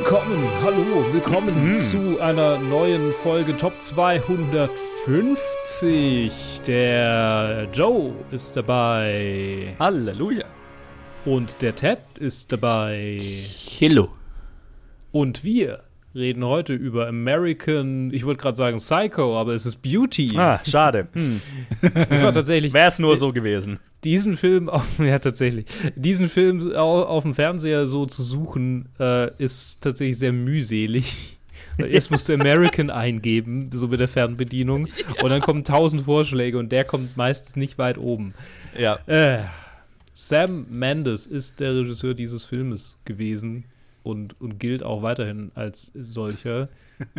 Willkommen zu einer neuen Folge Top 250. Der Joe ist dabei. Halleluja. Und der Ted ist dabei. Hello. Und wir reden heute über American, ich wollte gerade sagen Psycho, aber es ist Beauty. Ah, schade. Es war tatsächlich. Wäre es nur so gewesen. Diesen Film auf dem Fernseher so zu suchen, ist tatsächlich sehr mühselig. Erst musst du American eingeben, so mit der Fernbedienung, und dann kommen 1000 Vorschläge und der kommt meistens nicht weit oben. Ja. Sam Mendes ist der Regisseur dieses Filmes gewesen und gilt auch weiterhin als solcher.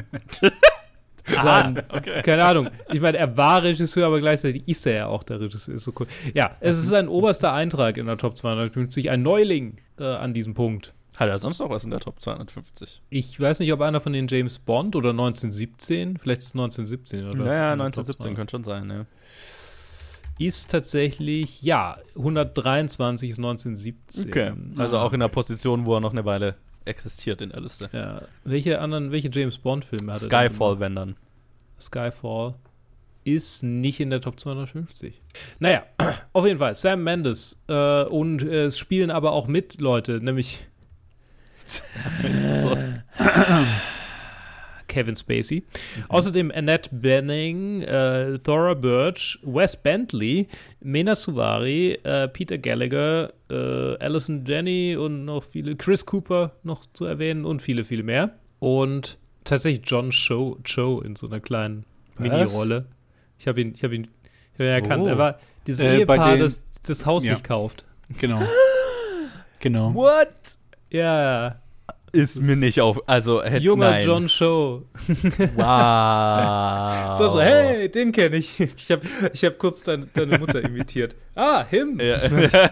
Okay. Keine Ahnung. Ich meine, er war Regisseur, aber gleichzeitig ist er ja auch der Regisseur. Ist so cool. Ja, es ist ein oberster Eintrag in der Top 250, ein Neuling an diesem Punkt. Hat er sonst noch was in der Top 250? Ich weiß nicht, ob einer von den James Bond oder 1917, vielleicht ist es 1917 oder? Naja, 1917 könnte schon sein, ja. Ist tatsächlich, ja, 123 ist 1917. Okay, also auch in der Position, wo er noch eine Weile existiert in der Liste. Ja. Welche James Bond-Filme hat er? Skyfall, wenn dann. Skyfall ist nicht in der Top 250. Naja, auf jeden Fall, Sam Mendes. Und es spielen aber auch mit Leute, nämlich Kevin Spacey. Außerdem Annette Bening, Thora Birch, Wes Bentley, Mena Suvari, Peter Gallagher, Allison Janney und noch viele, Chris Cooper noch zu erwähnen und viele, viele mehr. Und tatsächlich John Cho in so einer kleinen Mini-Rolle. Ich hab ihn erkannt. Er war dieses Ehepaar, das Haus nicht kauft. Genau. What? Ja. Ist mir nicht auf. Also, junger nein. John Cho. Wow. So, hey, den kenne ich. Ich hab kurz deine Mutter imitiert. Ah, him. Ja.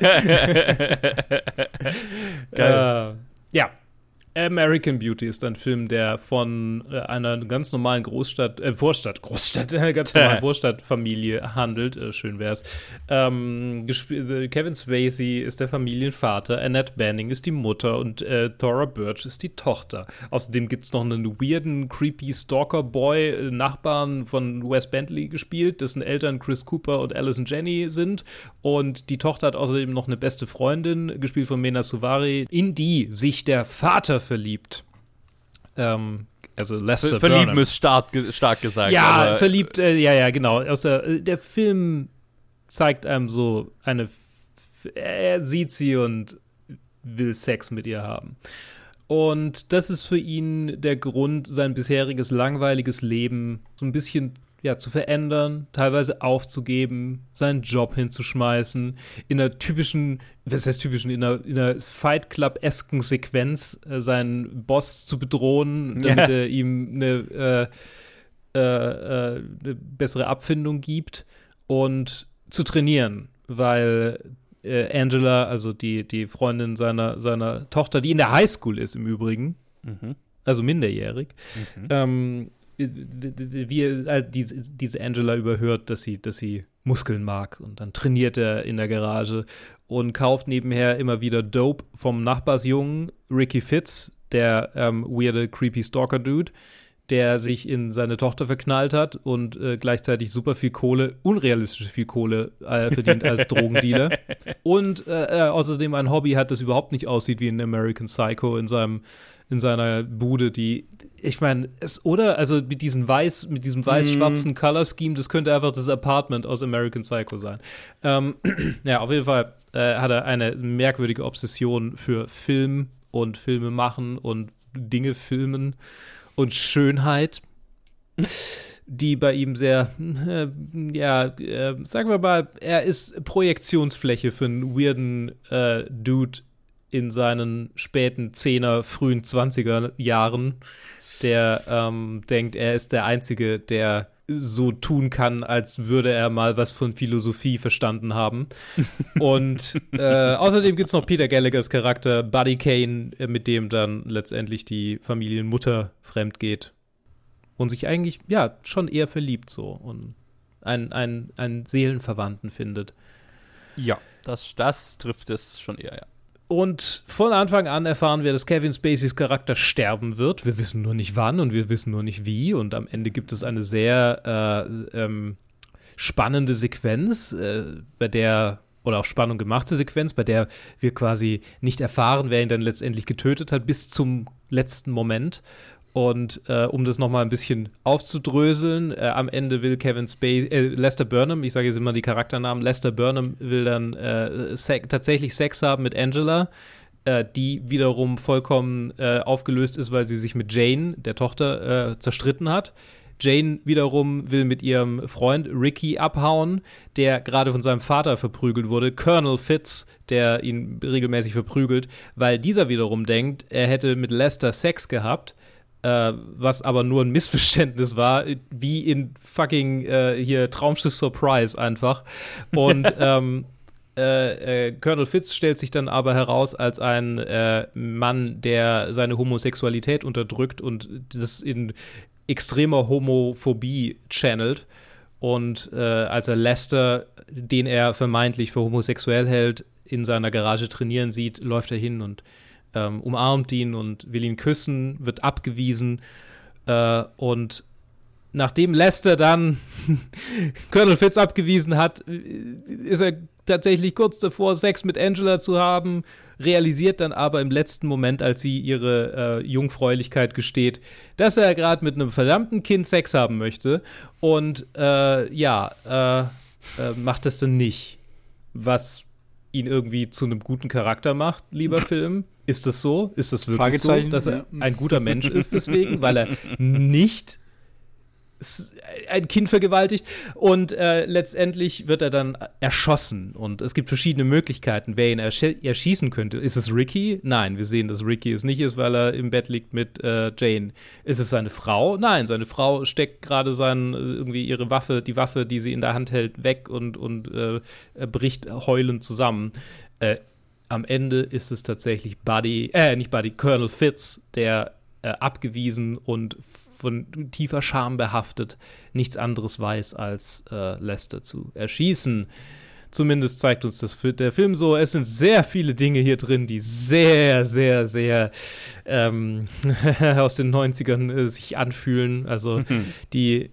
Geil. Ja. American Beauty ist ein Film, der von einer ganz normalen Vorstadtfamilie handelt. Schön wär's. Kevin Spacey ist der Familienvater, Annette Bening ist die Mutter und Thora Birch ist die Tochter. Außerdem gibt's noch einen weirden, creepy Stalker-Boy, Nachbarn von Wes Bentley gespielt, dessen Eltern Chris Cooper und Allison Janney sind. Und die Tochter hat außerdem noch eine beste Freundin, gespielt von Mena Suvari, in die sich der Vater verliebt. Also Lester Verlieben Burnham. ist stark gesagt. Ja, aber verliebt, ja, genau. Der Film zeigt einem so er sieht sie und will Sex mit ihr haben. Und das ist für ihn der Grund, sein bisheriges langweiliges Leben so ein bisschen zu verändern, teilweise aufzugeben, seinen Job hinzuschmeißen, in einer typischen, in einer Fight Club-esken Sequenz seinen Boss zu bedrohen, damit er ihm eine bessere Abfindung gibt und zu trainieren, weil Angela, also die Freundin seiner Tochter, die in der Highschool ist im Übrigen, also minderjährig, wie diese Angela überhört, dass sie Muskeln mag, und dann trainiert er in der Garage und kauft nebenher immer wieder Dope vom Nachbarsjungen Ricky Fitz, der weirde, creepy Stalker-Dude, der sich in seine Tochter verknallt hat und gleichzeitig super viel Kohle, unrealistisch viel Kohle verdient als Drogendealer. Und außerdem ein Hobby hat, das überhaupt nicht aussieht wie in American Psycho in seiner Bude, die, ich meine, also mit diesem weiß-schwarzen Color Scheme, das könnte einfach das Apartment aus American Psycho sein. Ja, auf jeden Fall hat er eine merkwürdige Obsession für Film und Filme machen und Dinge filmen und Schönheit, die bei ihm sehr, sagen wir mal, er ist Projektionsfläche für einen weirden Dude in seinen späten 10er, frühen 20er Jahren, der denkt, er ist der Einzige, der so tun kann, als würde er mal was von Philosophie verstanden haben. Und außerdem gibt es noch Peter Gallaghers Charakter Buddy Kane, mit dem dann letztendlich die Familienmutter fremd geht und sich eigentlich, schon eher verliebt so und einen Seelenverwandten findet. Ja, das trifft es schon eher, ja. Und von Anfang an erfahren wir, dass Kevin Spaceys Charakter sterben wird. Wir wissen nur nicht wann und wir wissen nur nicht wie. Und am Ende gibt es eine sehr spannende Sequenz, oder auch Spannung gemachte Sequenz, bei der wir quasi nicht erfahren, wer ihn dann letztendlich getötet hat, bis zum letzten Moment. Und um das nochmal ein bisschen aufzudröseln, am Ende will Lester Burnham, ich sage jetzt immer die Charakternamen, Lester Burnham will dann tatsächlich Sex haben mit Angela, die wiederum vollkommen aufgelöst ist, weil sie sich mit Jane, der Tochter, zerstritten hat. Jane wiederum will mit ihrem Freund Ricky abhauen, der gerade von seinem Vater verprügelt wurde, Colonel Fitz, der ihn regelmäßig verprügelt, weil dieser wiederum denkt, er hätte mit Lester Sex gehabt, was aber nur ein Missverständnis war, wie in fucking hier Traumschiff Surprise einfach. Und Colonel Fitz stellt sich dann aber heraus als ein Mann, der seine Homosexualität unterdrückt und das in extremer Homophobie channelt. Und als er Lester, den er vermeintlich für homosexuell hält, in seiner Garage trainieren sieht, läuft er hin und umarmt ihn und will ihn küssen, wird abgewiesen. Und nachdem Lester dann Colonel Fitz abgewiesen hat, ist er tatsächlich kurz davor, Sex mit Angela zu haben, realisiert dann aber im letzten Moment, als sie ihre Jungfräulichkeit gesteht, dass er gerade mit einem verdammten Kind Sex haben möchte und macht das dann nicht. Was ihn irgendwie zu einem guten Charakter macht, lieber Film. Ist das so? Ist das wirklich so, dass er ein guter Mensch ist deswegen, weil er nicht ein Kind vergewaltigt und letztendlich wird er dann erschossen und es gibt verschiedene Möglichkeiten, wer ihn erschießen könnte. Ist es Ricky? Nein, wir sehen, dass Ricky es nicht ist, weil er im Bett liegt mit Jane. Ist es seine Frau? Nein, seine Frau steckt gerade die Waffe, die sie in der Hand hält, weg und bricht heulend zusammen. Am Ende ist es tatsächlich Colonel Fitz, der abgewiesen und von tiefer Scham behaftet nichts anderes weiß, als Lester zu erschießen. Zumindest zeigt uns der Film so. Es sind sehr viele Dinge hier drin, die sehr, sehr, sehr aus den 90ern sich anfühlen. Also die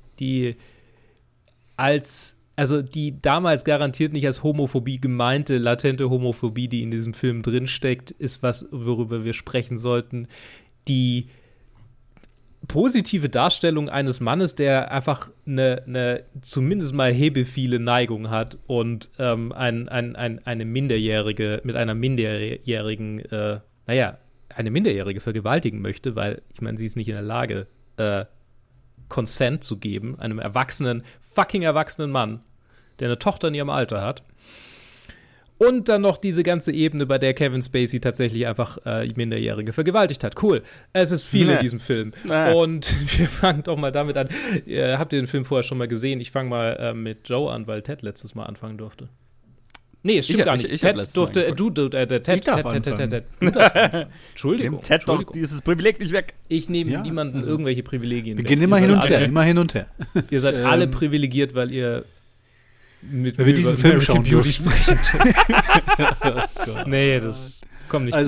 damals garantiert nicht als Homophobie gemeinte, latente Homophobie, die in diesem Film drinsteckt, ist was, worüber wir sprechen sollten. Die positive Darstellung eines Mannes, der einfach eine zumindest mal hebefiele Neigung hat und eine Minderjährige mit einer Minderjährigen, eine Minderjährige vergewaltigen möchte, weil, ich meine, sie ist nicht in der Lage, Consent zu geben, einem fucking erwachsenen Mann, der eine Tochter in ihrem Alter hat. Und dann noch diese ganze Ebene, bei der Kevin Spacey tatsächlich einfach Minderjährige vergewaltigt hat. Cool. Es ist viel in diesem Film. Und wir fangen doch mal damit an. Habt ihr den Film vorher schon mal gesehen? Ich fange mal mit Joe an, weil Ted letztes Mal anfangen durfte. Nee, es stimmt gar nicht. Ted durfte, Ted. Entschuldigung. Ted doch dieses Privileg nicht weg. Ich nehme niemanden irgendwelche Privilegien weg. Wir gehen immer hin und her. Ihr seid alle privilegiert, weil ihr wenn wir diesen Film schauen Beauty sprechen. Nee, das kommt nicht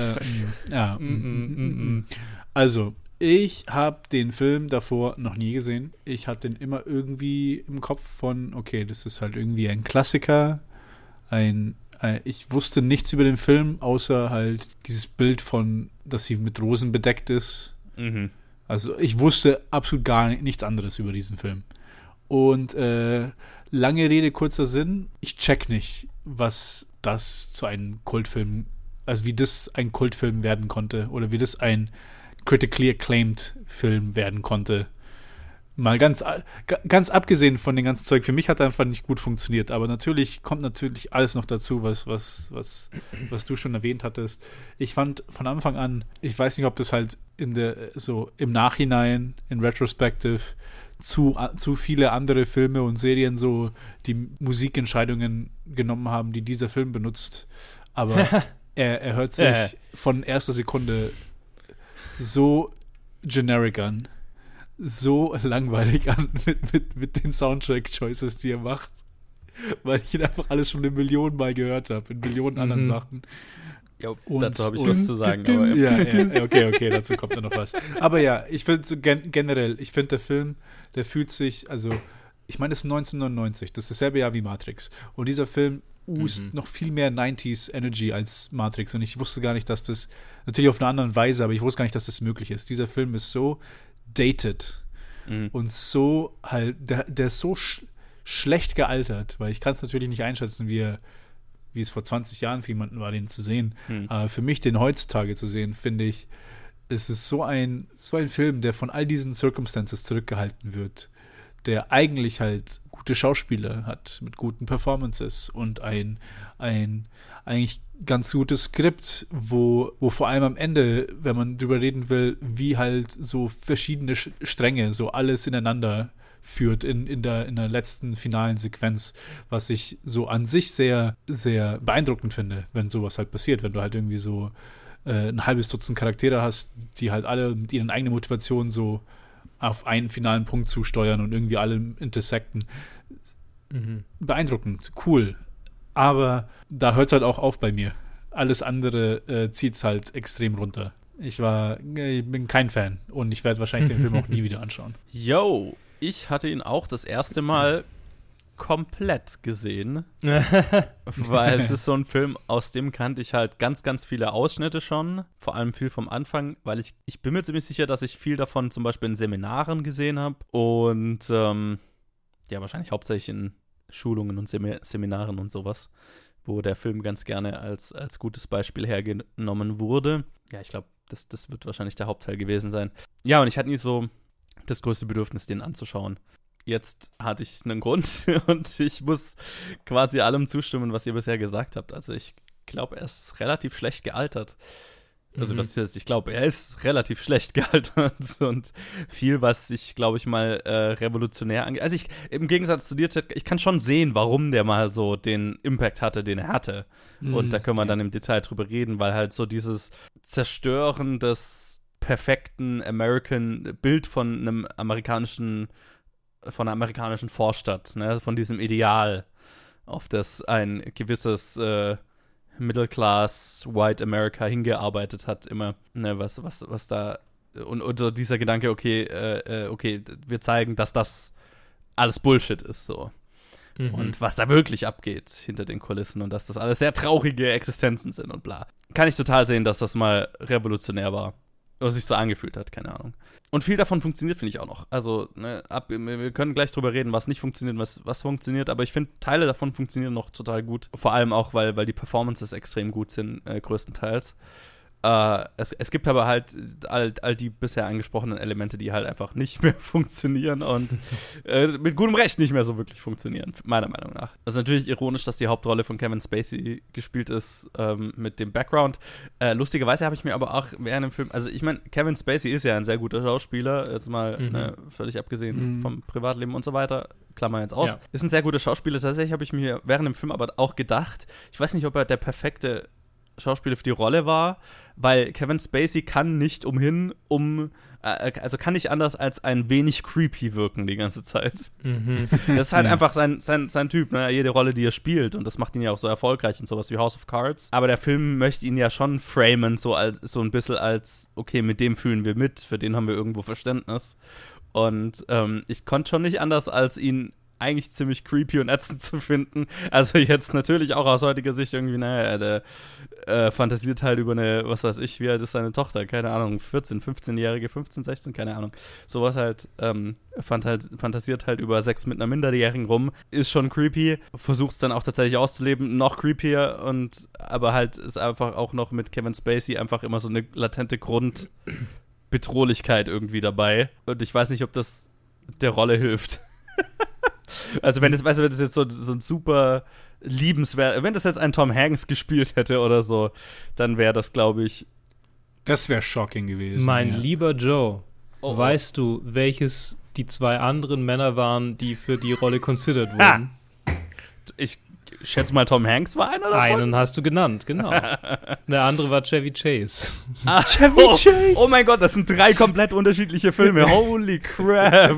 gut. Also, ich habe den Film davor noch nie gesehen. Ich hatte den immer irgendwie im Kopf von, okay, das ist halt irgendwie ein Klassiker. Ich wusste nichts über den Film, außer halt dieses Bild von, dass sie mit Rosen bedeckt ist. Mhm. Also, ich wusste absolut nichts anderes über diesen Film. Und lange Rede, kurzer Sinn, ich check nicht, was das zu einem Kultfilm, also wie das ein Kultfilm werden konnte oder wie das ein critically acclaimed Film werden konnte. Mal ganz abgesehen von dem ganzen Zeug, für mich hat er einfach nicht gut funktioniert, aber kommt alles noch dazu, was du schon erwähnt hattest. Ich fand von Anfang an, ich weiß nicht, ob das halt im Nachhinein, in Retrospective, zu viele andere Filme und Serien so die Musikentscheidungen genommen haben, die dieser Film benutzt. Aber er hört sich von erster Sekunde so generic an, so langweilig an mit den Soundtrack-Choices, die er macht, weil ich ihn einfach alles schon 1 Million Mal gehört habe, in Millionen anderen Sachen. Ja, Und- dazu habe ich und- was zu sagen. Aber Ja, okay, dazu kommt dann noch was. Aber ja, ich finde so generell, ich finde der Film, der fühlt sich, also, ich meine, das ist 1999, das ist dasselbe Jahr wie Matrix. Und dieser Film noch viel mehr 90s Energy als Matrix. Und ich wusste gar nicht, dass das, natürlich auf eine andere Weise, aber ich wusste gar nicht, dass das möglich ist. Dieser Film ist so dated und so halt, der ist so schlecht gealtert, weil ich kann es natürlich nicht einschätzen, wie es vor 20 Jahren für jemanden war, den zu sehen. Aber für mich, den heutzutage zu sehen, finde ich, es ist so ein Film, der von all diesen Circumstances zurückgehalten wird, der eigentlich halt gute Schauspieler hat, mit guten Performances und ein eigentlich ganz gutes Skript, wo vor allem am Ende, wenn man drüber reden will, wie halt so verschiedene Stränge, so alles ineinander führt in der letzten finalen Sequenz, was ich so an sich sehr, sehr beeindruckend finde, wenn sowas halt passiert, wenn du halt irgendwie so ein halbes Dutzend Charaktere hast, die halt alle mit ihren eigenen Motivationen so auf einen finalen Punkt zusteuern und irgendwie alle intersecten. Beeindruckend, cool. Aber da hört es halt auch auf bei mir. Alles andere zieht es halt extrem runter. Ich bin kein Fan und ich werde wahrscheinlich den Film auch nie wieder anschauen. Yo, ich hatte ihn auch das erste Mal komplett gesehen, weil es ist so ein Film, aus dem kannte ich halt ganz, ganz viele Ausschnitte schon, vor allem viel vom Anfang, weil ich bin mir ziemlich sicher, dass ich viel davon zum Beispiel in Seminaren gesehen habe und ja, wahrscheinlich hauptsächlich in Schulungen und Seminaren und sowas, wo der Film ganz gerne als gutes Beispiel hergenommen wurde. Ja, ich glaube, das wird wahrscheinlich der Hauptteil gewesen sein. Ja, und ich hatte nie so das größte Bedürfnis, den anzuschauen. Jetzt hatte ich einen Grund und ich muss quasi allem zustimmen, was ihr bisher gesagt habt. Also ich glaube, er ist relativ schlecht gealtert. Also was heißt, ich glaube, er ist relativ schlecht gealtert und viel, was ich, glaube ich, mal revolutionär angeht. Also im Gegensatz zu dir, Ted, ich kann schon sehen, warum der mal so den Impact hatte, den er hatte. Und da können wir dann im Detail drüber reden, weil halt so dieses Zerstören des perfekten Bild von einer amerikanischen Vorstadt, ne, von diesem Ideal, auf das ein gewisses Middle-Class White America hingearbeitet hat, immer, ne, was da und so dieser Gedanke, okay, wir zeigen, dass das alles Bullshit ist, so. Und was da wirklich abgeht hinter den Kulissen und dass das alles sehr traurige Existenzen sind und bla. Kann ich total sehen, dass das mal revolutionär war. Oder sich so angefühlt hat, keine Ahnung. Und viel davon funktioniert, finde ich auch noch. Also, ne, wir können gleich drüber reden, was nicht funktioniert und was funktioniert, aber ich finde, Teile davon funktionieren noch total gut. Vor allem auch, weil die Performances extrem gut sind, größtenteils. Es gibt aber halt all die bisher angesprochenen Elemente, die halt einfach nicht mehr funktionieren und mit gutem Recht nicht mehr so wirklich funktionieren, meiner Meinung nach. Das ist natürlich ironisch, dass die Hauptrolle von Kevin Spacey gespielt ist mit dem Background. Lustigerweise habe ich mir aber auch während dem Film, also ich meine, Kevin Spacey ist ja ein sehr guter Schauspieler, jetzt mal völlig abgesehen vom Privatleben und so weiter, Klammer jetzt aus. Ja. Ist ein sehr guter Schauspieler, tatsächlich habe ich mir während dem Film aber auch gedacht, ich weiß nicht, ob er der perfekte Schauspieler für die Rolle war, weil Kevin Spacey kann nicht also kann nicht anders als ein wenig creepy wirken die ganze Zeit. Das ist halt einfach sein Typ, ne? Jede Rolle, die er spielt, und das macht ihn ja auch so erfolgreich in sowas wie House of Cards. Aber der Film möchte ihn ja schon framen, so ein bisschen als, okay, mit dem fühlen wir mit, für den haben wir irgendwo Verständnis. Und ich konnte schon nicht anders, als ihn eigentlich ziemlich creepy und ätzend zu finden. Also jetzt natürlich auch aus heutiger Sicht irgendwie, naja, der fantasiert halt über eine, was weiß ich, wie alt ist seine Tochter? Keine Ahnung, 15-Jährige, 15, 16, keine Ahnung. Sowas halt, fantasiert halt über Sex mit einer Minderjährigen rum, ist schon creepy, versucht es dann auch tatsächlich auszuleben, noch creepier, aber halt ist einfach auch noch mit Kevin Spacey einfach immer so eine latente Grundbedrohlichkeit irgendwie dabei. Und ich weiß nicht, ob das der Rolle hilft. Also wenn das jetzt so ein super liebenswert, wenn das jetzt ein Tom Hanks gespielt hätte oder so, dann wäre das, glaube ich, das wäre shocking gewesen. Mein lieber Joe, weißt du, welches die zwei anderen Männer waren, die für die Rolle considered wurden? Ich schätze mal, Tom Hanks war einer davon? Einen hast du genannt, genau. Der andere war Chevy Chase. Chevy Chase! Oh mein Gott, das sind 3 komplett unterschiedliche Filme. Holy crap!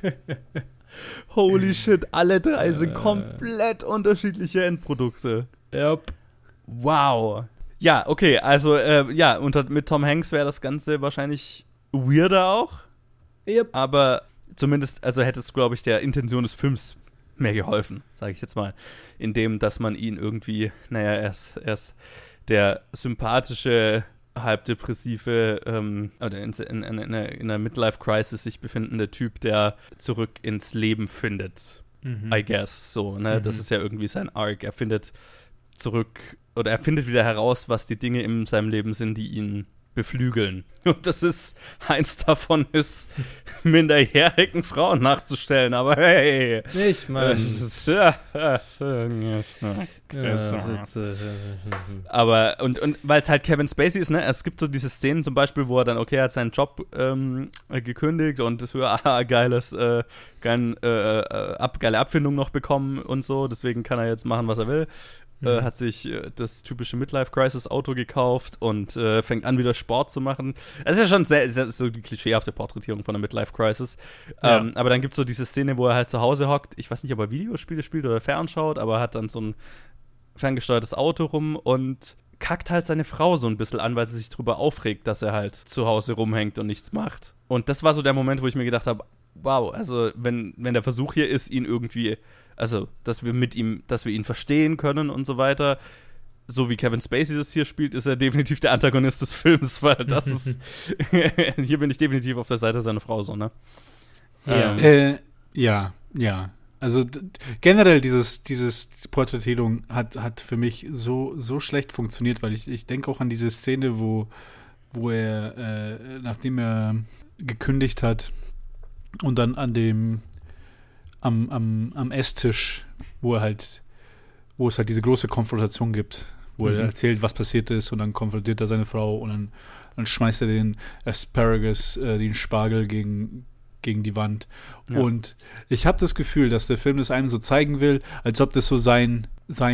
Holy shit, alle 3 sind komplett unterschiedliche Endprodukte. Yep. Wow. Ja, okay, also mit Tom Hanks wäre das Ganze wahrscheinlich weirder auch. Yep. Aber zumindest, also hätte es, glaube ich, der Intention des Films mehr geholfen, sage ich jetzt mal. Indem, dass man ihn irgendwie, er ist der sympathische, halbdepressive, oder in einer Midlife-Crisis sich befindende Typ, der zurück ins Leben findet. I guess, so, ne? Das ist ja irgendwie sein Arc. Er findet zurück, oder er findet wieder heraus, was die Dinge in seinem Leben sind, die ihn beflügeln. Und das ist, eins davon ist, minderjährigen Frauen nachzustellen, aber hey. Ich meine. Aber, und weil es halt Kevin Spacey ist, ne, es gibt so diese Szenen zum Beispiel, wo er dann, er hat seinen Job gekündigt und geile Abfindung noch bekommen und so, deswegen kann er jetzt machen, was er will. Hat sich das typische Midlife-Crisis-Auto gekauft und fängt an, wieder Sport zu machen. Das ist ja schon sehr so die klischeehafte Porträtierung von der Midlife-Crisis. Ja. Aber dann gibt es so diese Szene, wo er halt zu Hause hockt. Ich weiß nicht, ob er Videospiele spielt oder fernschaut, aber hat dann so ein ferngesteuertes Auto rum und kackt halt seine Frau so ein bisschen an, weil sie sich drüber aufregt, dass er halt zu Hause rumhängt und nichts macht. Und das war so der Moment, wo ich mir gedacht habe, wow, also wenn der Versuch hier ist, ihn irgendwie, also dass wir ihn verstehen können und so weiter, so wie Kevin Spacey das hier spielt, ist er definitiv der Antagonist des Films, weil das ist, hier bin ich definitiv auf der Seite seiner Frau, so, ne? Ja. Also generell diese Porträtierung hat für mich so schlecht funktioniert, weil ich denke auch an diese Szene, wo er, nachdem er gekündigt hat und dann am Esstisch, wo es halt diese große Konfrontation gibt, wo er erzählt, was passiert ist und dann konfrontiert er seine Frau und dann schmeißt er den Asparagus, den Spargel gegen die Wand. Ja. Und ich habe das Gefühl, dass der Film das einem so zeigen will, als ob das so seine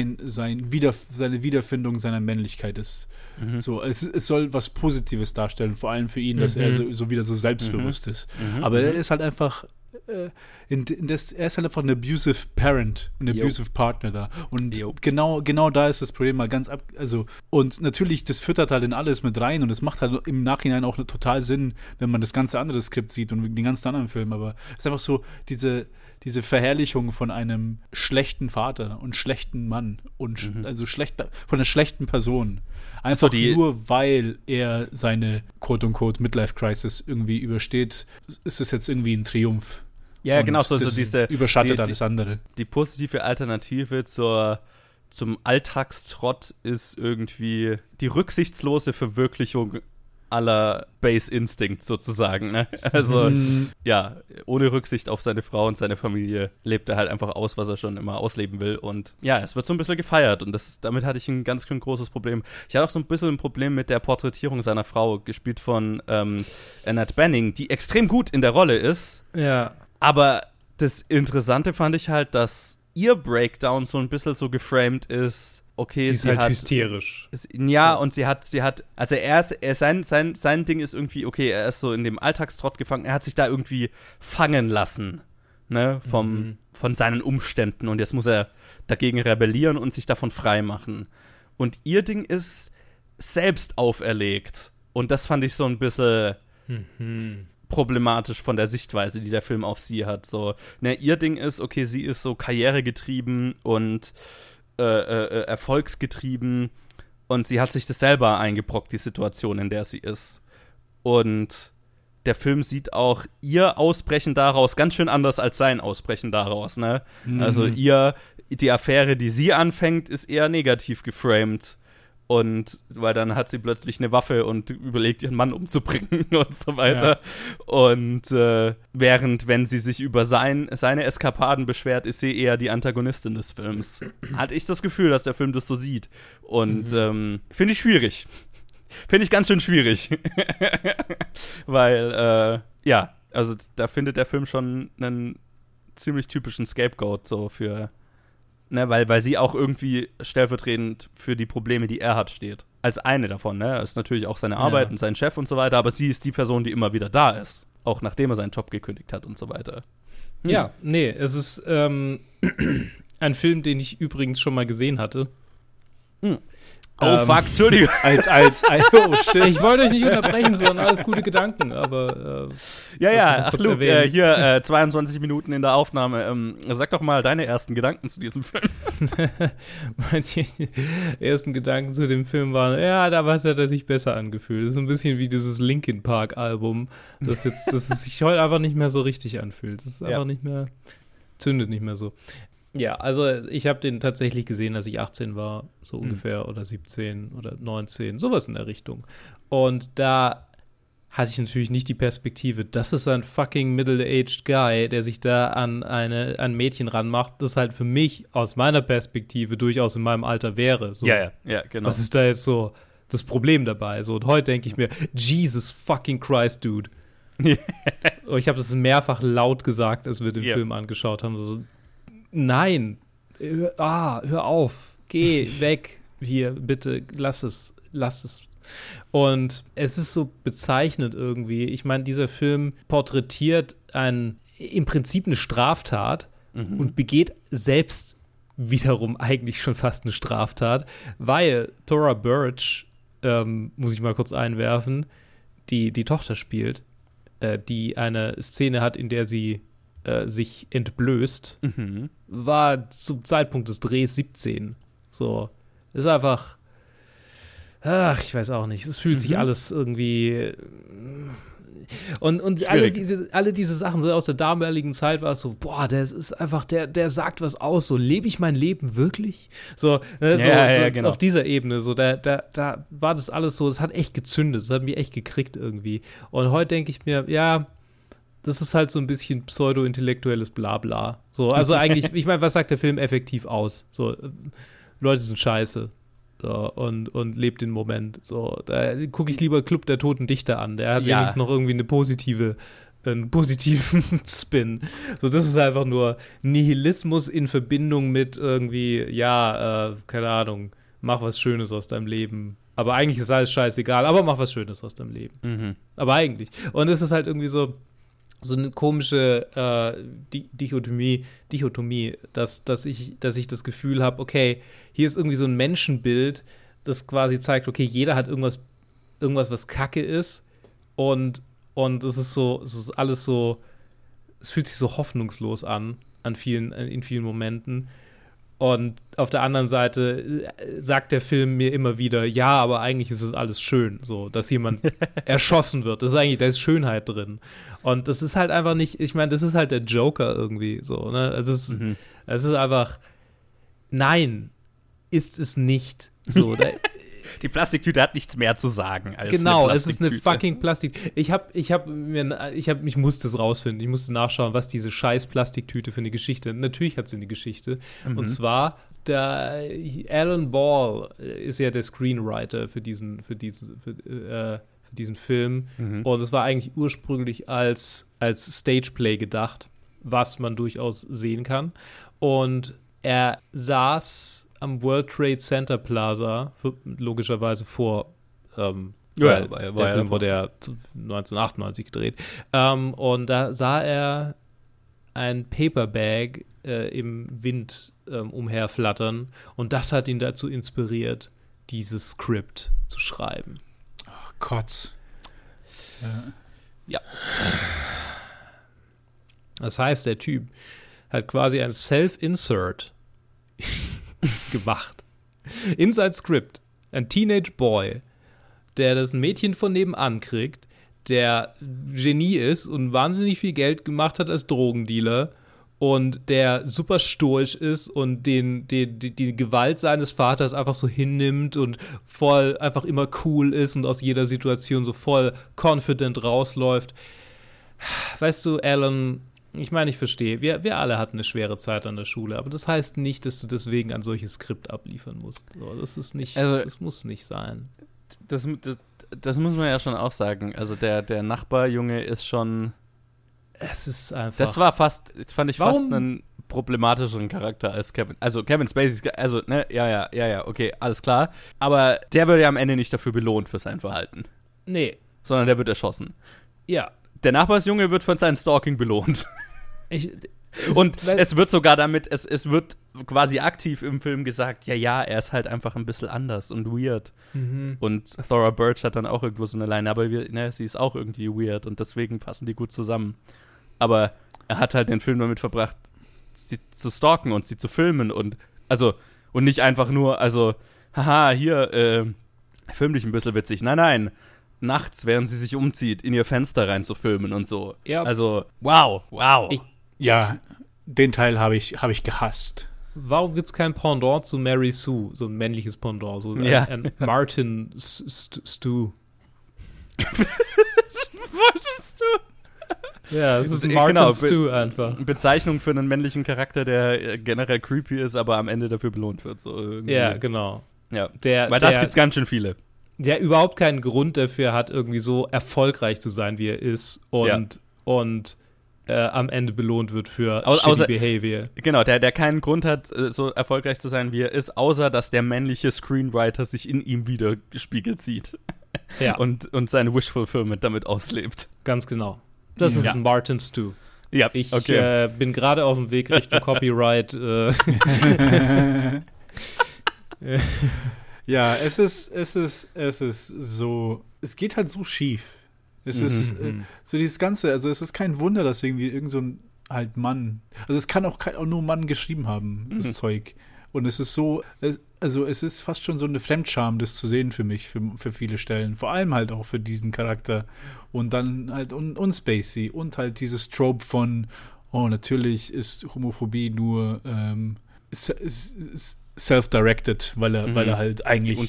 Wiederfindung seiner Männlichkeit ist. So, es soll was Positives darstellen, vor allem für ihn, dass er so wieder so selbstbewusst ist. Aber er ist halt einfach er ist halt einfach ein abusive Parent, ein abusive Partner da. Und genau da ist das Problem mal und natürlich, das füttert halt in alles mit rein und es macht halt im Nachhinein auch total Sinn, wenn man das ganze andere Skript sieht und den ganzen anderen Film, aber es ist einfach so diese Verherrlichung von einem schlechten Vater und schlechten Mann und von einer schlechten Person. Einfach nur, weil er seine quote-unquote Midlife-Crisis irgendwie übersteht, ist es jetzt irgendwie ein Triumph. Ja, genau, so diese überschattet alles andere. Die positive Alternative zum Alltagstrott ist irgendwie die rücksichtslose Verwirklichung aller Base Instinct sozusagen, ne? Also, ohne Rücksicht auf seine Frau und seine Familie lebt er halt einfach aus, was er schon immer ausleben will. Und ja, es wird so ein bisschen gefeiert und damit hatte ich ein ganz schön großes Problem. Ich hatte auch so ein bisschen ein Problem mit der Porträtierung seiner Frau, gespielt von Annette Bening, die extrem gut in der Rolle ist. Ja. Aber das Interessante fand ich halt, dass ihr Breakdown so ein bisschen so geframed ist, okay, sie ist halt hysterisch. Und sie hat, also sein Ding ist irgendwie, okay, er ist so in dem Alltagstrott gefangen, er hat sich da irgendwie fangen lassen, ne, von seinen Umständen und jetzt muss er dagegen rebellieren und sich davon frei machen. Und ihr Ding ist selbst auferlegt und das fand ich so ein bisschen problematisch von der Sichtweise, die der Film auf sie hat. So, ne, ihr Ding ist, okay, sie ist so karrieregetrieben und erfolgsgetrieben und sie hat sich das selber eingebrockt, die Situation, in der sie ist. Und der Film sieht auch ihr Ausbrechen daraus ganz schön anders als sein Ausbrechen daraus, ne? Also die Affäre, die sie anfängt, ist eher negativ geframed. Und weil dann hat sie plötzlich eine Waffe und überlegt, ihren Mann umzubringen und so weiter. Ja. Und während, wenn sie sich über seine Eskapaden beschwert, ist sie eher die Antagonistin des Films. Hatte ich das Gefühl, dass der Film das so sieht. Und finde ich schwierig. Finde ich ganz schön schwierig. Weil, also da findet der Film schon einen ziemlich typischen Scapegoat so für, ne, weil sie auch irgendwie stellvertretend für die Probleme, die er hat, steht. Als eine davon, ne? Ist natürlich auch seine Arbeit und sein Chef und so weiter, aber sie ist die Person, die immer wieder da ist. Auch nachdem er seinen Job gekündigt hat und so weiter. Ja, nee, es ist ein Film, den ich übrigens schon mal gesehen hatte. Oh, fuck, Entschuldigung. Oh, shit. Ich wollte euch nicht unterbrechen, sondern alles gute Gedanken, aber ach Luke, hier 22 Minuten in der Aufnahme. Sag doch mal deine ersten Gedanken zu diesem Film. Meine ersten Gedanken zu dem Film waren, ja, da hat er sich besser angefühlt. Das ist ein bisschen wie dieses Linkin Park Album, das es sich heute einfach nicht mehr so richtig anfühlt. Das ist einfach nicht mehr, zündet nicht mehr so. Ja, also ich habe den tatsächlich gesehen, als ich 18 war, so ungefähr, oder 17 oder 19, sowas in der Richtung. Und da hatte ich natürlich nicht die Perspektive, das ist ein fucking middle-aged Guy, der sich da an ein Mädchen ranmacht, das halt für mich aus meiner Perspektive durchaus in meinem Alter wäre. So. Ja, genau. Was ist da jetzt so das Problem dabei? So, und heute denke ich mir, Jesus fucking Christ, Dude. Und ich habe das mehrfach laut gesagt, als wir den Film angeschaut haben. So, nein, hör auf, geh weg hier, bitte, lass es. Und es ist so bezeichnend irgendwie. Ich meine, dieser Film porträtiert im Prinzip eine Straftat und begeht selbst wiederum eigentlich schon fast eine Straftat, weil Thora Birch, muss ich mal kurz einwerfen, die Tochter spielt, die eine Szene hat, in der sie sich entblößt, war zum Zeitpunkt des Drehs 17. So, ist einfach, ich weiß auch nicht, es fühlt sich alles irgendwie und alle diese Sachen so aus der damaligen Zeit war es so, boah, der ist einfach, der sagt was aus, so, lebe ich mein Leben wirklich? So, genau. Auf dieser Ebene, so, da war das alles so, es hat echt gezündet, es hat mich echt gekriegt irgendwie. Und heute denke ich mir, ja, das ist halt so ein bisschen pseudo-intellektuelles Blabla. So, also eigentlich, ich meine, was sagt der Film effektiv aus? So, Leute sind scheiße. So, und lebt den Moment. So, da gucke ich lieber Club der Toten Dichter an. Der hat wenigstens noch irgendwie einen positiven Spin. So, das ist einfach nur Nihilismus in Verbindung mit irgendwie, keine Ahnung, mach was Schönes aus deinem Leben. Aber eigentlich ist alles scheißegal, aber mach was Schönes aus deinem Leben. Aber eigentlich. Und es ist halt irgendwie so eine komische Dichotomie, dass ich das Gefühl habe, okay, hier ist irgendwie so ein Menschenbild, das quasi zeigt, okay, jeder hat irgendwas, was Kacke ist und es ist alles so, es fühlt sich so hoffnungslos an in vielen Momenten. Und auf der anderen Seite sagt der Film mir immer wieder, ja, aber eigentlich ist es alles schön, so, dass jemand erschossen wird. Da ist Schönheit drin. Und das ist halt einfach nicht, ich meine, das ist halt der Joker irgendwie, so, ne? Es ist einfach, nein, ist es nicht. So, die Plastiktüte hat nichts mehr zu sagen als genau, es ist eine fucking Plastik. Ich musste es rausfinden. Ich musste nachschauen, was diese scheiß Plastiktüte für eine Geschichte. Natürlich hat sie eine Geschichte. Und zwar der Alan Ball ist ja der Screenwriter für diesen Film. Und es war eigentlich ursprünglich als Stageplay gedacht, was man durchaus sehen kann. Und er saß am World Trade Center Plaza, logischerweise vor der Film wurde ja 1998 gedreht. Und da sah er ein Paperbag im Wind umherflattern und das hat ihn dazu inspiriert, dieses Skript zu schreiben. Oh Gott. Ja. Das heißt, der Typ hat quasi ein Self-Insert gemacht. In sein Skript. Ein Teenage Boy, der das Mädchen von nebenan kriegt, der Genie ist und wahnsinnig viel Geld gemacht hat als Drogendealer und der super stoisch ist und die Gewalt seines Vaters einfach so hinnimmt und voll einfach immer cool ist und aus jeder Situation so voll confident rausläuft. Weißt du, Alan, ich meine, ich verstehe, wir alle hatten eine schwere Zeit an der Schule, aber das heißt nicht, dass du deswegen ein solches Skript abliefern musst. So, das ist nicht, das muss nicht sein. Das muss man ja schon auch sagen. Also der Nachbarjunge ist schon. Es ist einfach. Das fand ich fast einen problematischeren Charakter als Kevin. Also Kevin Spacey, also, ne, ja, okay, alles klar. Aber der wird ja am Ende nicht dafür belohnt für sein Verhalten. Nee. Sondern der wird erschossen. Ja. Der Nachbarsjunge wird von seinem Stalking belohnt. Und es wird sogar damit, es wird quasi aktiv im Film gesagt, ja, er ist halt einfach ein bisschen anders und weird. Und Thora Birch hat dann auch irgendwo so eine Line, aber sie ist auch irgendwie weird und deswegen passen die gut zusammen. Aber er hat halt den Film damit verbracht, sie zu stalken und sie zu filmen und nicht einfach nur, haha, hier, film dich ein bisschen witzig. Nein, nachts, während sie sich umzieht, in ihr Fenster rein zu filmen und so. Ja. Also, wow. Den Teil habe ich gehasst. Warum gibt es kein Pendant zu Mary Sue, so ein männliches Pendant, so ein Martin Stu? Wolltest du? Ja, es ist Martin Stu einfach. Bezeichnung für einen männlichen Charakter, der generell creepy ist, aber am Ende dafür belohnt wird. So irgendwie. Ja, genau. Ja, weil das gibt ganz schön viele. Der überhaupt keinen Grund dafür hat, irgendwie so erfolgreich zu sein, wie er ist und am Ende belohnt wird für shitty Behavior. Genau, der keinen Grund hat, so erfolgreich zu sein, wie er ist, außer dass der männliche Screenwriter sich in ihm widerspiegelt sieht. Ja. Und seine Wish Fulfillment damit auslebt. Ganz genau. Das ist Martin Stu. Ja, ich bin gerade auf dem Weg Richtung Copyright. Ja, es ist so, es geht halt so schief. Es ist so dieses Ganze, also es ist kein Wunder, dass irgendwie irgend so ein halt Mann, also es kann auch nur Mann geschrieben haben, das Zeug. Und es ist so, es ist fast schon so eine Fremdscham, das zu sehen für mich, für viele Stellen. Vor allem halt auch für diesen Charakter. Und dann halt, und Spacey. Und halt dieses Trope von, natürlich ist Homophobie nur self-directed, weil er halt eigentlich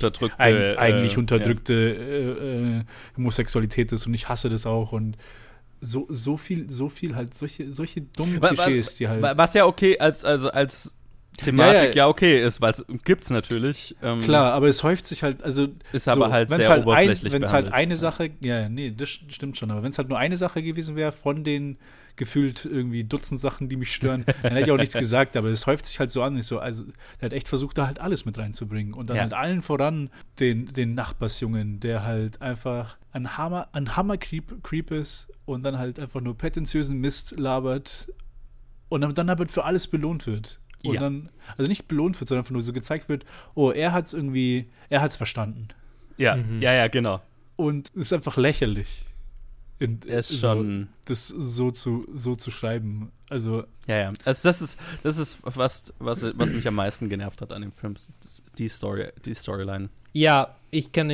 unterdrückte Homosexualität ist und ich hasse das auch und so viel halt solche dummen Klischees, die halt. Was ja okay als Thematik okay ist, weil es gibt's natürlich. Klar, aber es häuft sich halt, also ist aber halt sehr oberflächlich wenn es halt eine Sache, das stimmt schon, aber wenn es halt nur eine Sache gewesen wäre von den gefühlt irgendwie Dutzend Sachen, die mich stören, dann hätte ich auch nichts gesagt, aber es häuft sich halt so an, also er hat echt versucht, da halt alles mit reinzubringen und dann halt allen voran den Nachbarsjungen, der halt einfach ein Hammer-Creep ist und dann halt einfach nur prätentiösen Mist labert und dann aber für alles belohnt wird. Und dann, also nicht belohnt wird, sondern einfach nur so gezeigt wird, er hat's verstanden. Ja, genau. Und es ist einfach lächerlich. Schon das so zu schreiben. Also also das ist fast was mich am meisten genervt hat an dem Film, die Storyline. Ja, mich hat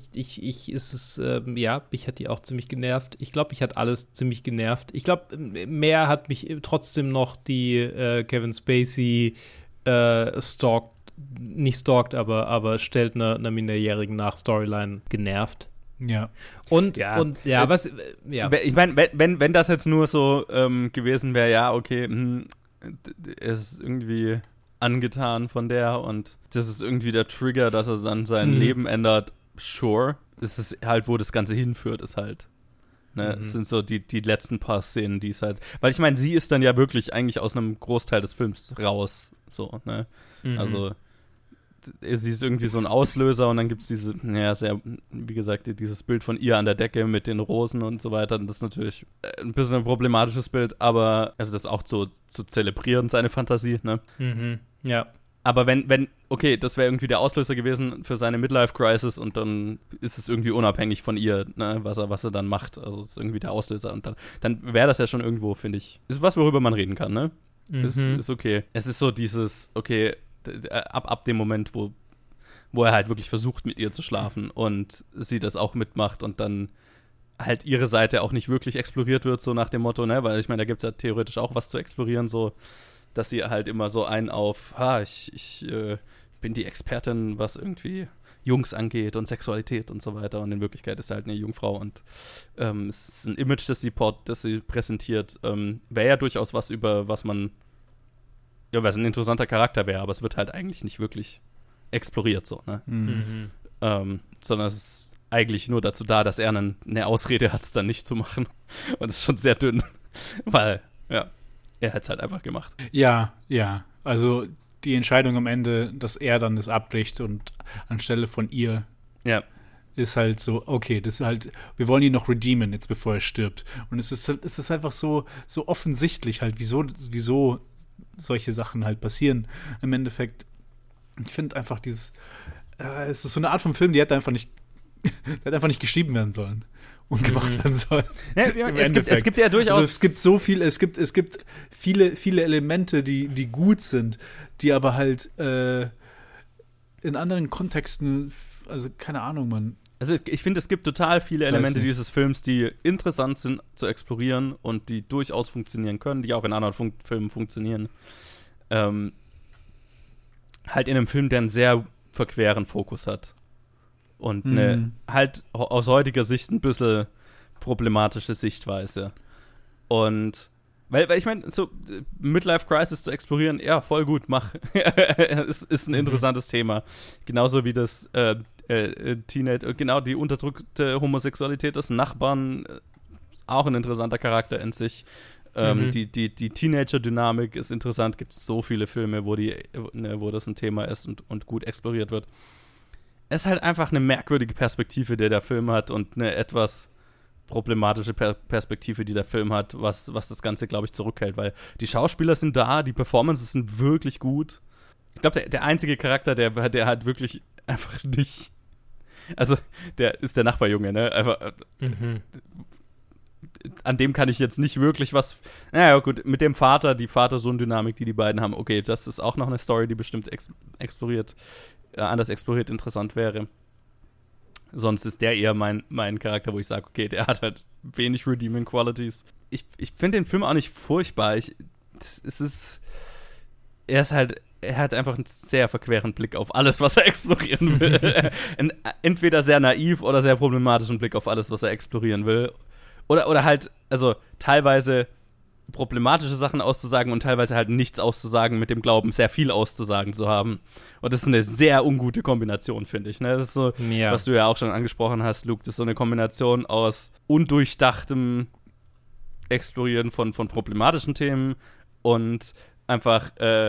die auch ziemlich genervt. Ich glaube, mich hat alles ziemlich genervt. Ich glaube, mehr hat mich trotzdem noch die Kevin Spacey nicht stalkt, aber stellt einer Minderjährigen nach Storyline genervt. Ja. Und ich meine, wenn das jetzt nur so gewesen wäre, er ist irgendwie angetan von der und das ist irgendwie der Trigger, dass er dann sein Leben ändert, sure. Das ist halt, wo das Ganze hinführt, ist halt. Ne? Es sind so die letzten paar Szenen, die es halt. Weil ich meine, sie ist dann ja wirklich eigentlich aus einem Großteil des Films raus. So, ne? Also sie ist irgendwie so ein Auslöser und dann gibt es wie gesagt, dieses Bild von ihr an der Decke mit den Rosen und so weiter. Und das ist natürlich ein bisschen ein problematisches Bild, aber also das auch zu zelebrieren, seine Fantasie, ne? Ja. Aber wenn das wäre irgendwie der Auslöser gewesen für seine Midlife-Crisis und dann ist es irgendwie unabhängig von ihr, ne, was er dann macht. Also ist irgendwie der Auslöser und dann wäre das ja schon irgendwo, finde ich, ist was, worüber man reden kann, ne? Ist okay. Es ist so dieses, ab dem Moment, wo er halt wirklich versucht, mit ihr zu schlafen und sie das auch mitmacht und dann halt ihre Seite auch nicht wirklich exploriert wird, so nach dem Motto, ne, weil ich meine, da gibt es ja theoretisch auch was zu explorieren, so, dass sie halt immer so ich bin die Expertin, was irgendwie Jungs angeht und Sexualität und so weiter und in Wirklichkeit ist sie halt eine Jungfrau und es ist ein Image, das sie präsentiert, wäre ja durchaus was, über was man was ein interessanter Charakter wäre, aber es wird halt eigentlich nicht wirklich exploriert, so, ne? Sondern es ist eigentlich nur dazu da, dass er eine Ausrede hat, es dann nicht zu machen. Und es ist schon sehr dünn, weil, er hat es halt einfach gemacht. Ja, also die Entscheidung am Ende, dass er dann das abbricht und anstelle von ihr ist halt so, okay, das ist halt, wir wollen ihn noch redeemen, jetzt bevor er stirbt. Und es ist einfach so offensichtlich halt, wieso solche Sachen halt passieren. Im Endeffekt, ich finde einfach es ist so eine Art von Film, die hätte einfach nicht geschrieben werden sollen und gemacht werden sollen. Ja, es gibt ja durchaus. Also es gibt so viel, es gibt viele Elemente, die gut sind, die aber halt in anderen Kontexten, also keine Ahnung, man. Also ich finde, es gibt total viele Elemente dieses Films, die interessant sind zu explorieren und die durchaus funktionieren können, die auch in anderen Filmen funktionieren. Halt in einem Film, der einen sehr verqueren Fokus hat. Und eine halt aus heutiger Sicht ein bisschen problematische Sichtweise. Und weil ich meine, so Midlife-Crisis zu explorieren, ja, voll gut, mach. ist ein interessantes Thema. Genauso wie das Teenage, genau, die unterdrückte Homosexualität des Nachbarn, auch ein interessanter Charakter in sich. Die Teenager-Dynamik ist interessant. Gibt es so viele Filme, wo das ein Thema ist und gut exploriert wird. Es ist halt einfach eine merkwürdige Perspektive, die der Film hat und eine etwas problematische Perspektive, die der Film hat, was das Ganze, glaube ich, zurückhält, weil die Schauspieler sind da, die Performances sind wirklich gut. Ich glaube, der einzige Charakter, der halt wirklich einfach nicht, also der ist der Nachbarjunge, ne? Einfach, an dem kann ich jetzt nicht wirklich was, naja gut, mit dem Vater, die Vater-Sohn-Dynamik, die beiden haben, okay, das ist auch noch eine Story, die bestimmt anders exploriert interessant wäre. Sonst ist der eher mein Charakter, wo ich sage, okay, der hat halt wenig Redeeming Qualities. Ich finde den Film auch nicht furchtbar. Er hat einfach einen sehr verqueren Blick auf alles, was er explorieren will. Entweder sehr naiv oder sehr problematischen Blick auf alles, was er explorieren will. Oder halt, also teilweise problematische Sachen auszusagen und teilweise halt nichts auszusagen, mit dem Glauben, sehr viel auszusagen zu haben. Und das ist eine sehr ungute Kombination, finde ich. Ne? Das ist so, was du ja auch schon angesprochen hast, Luke, das ist so eine Kombination aus undurchdachtem Explorieren von problematischen Themen und einfach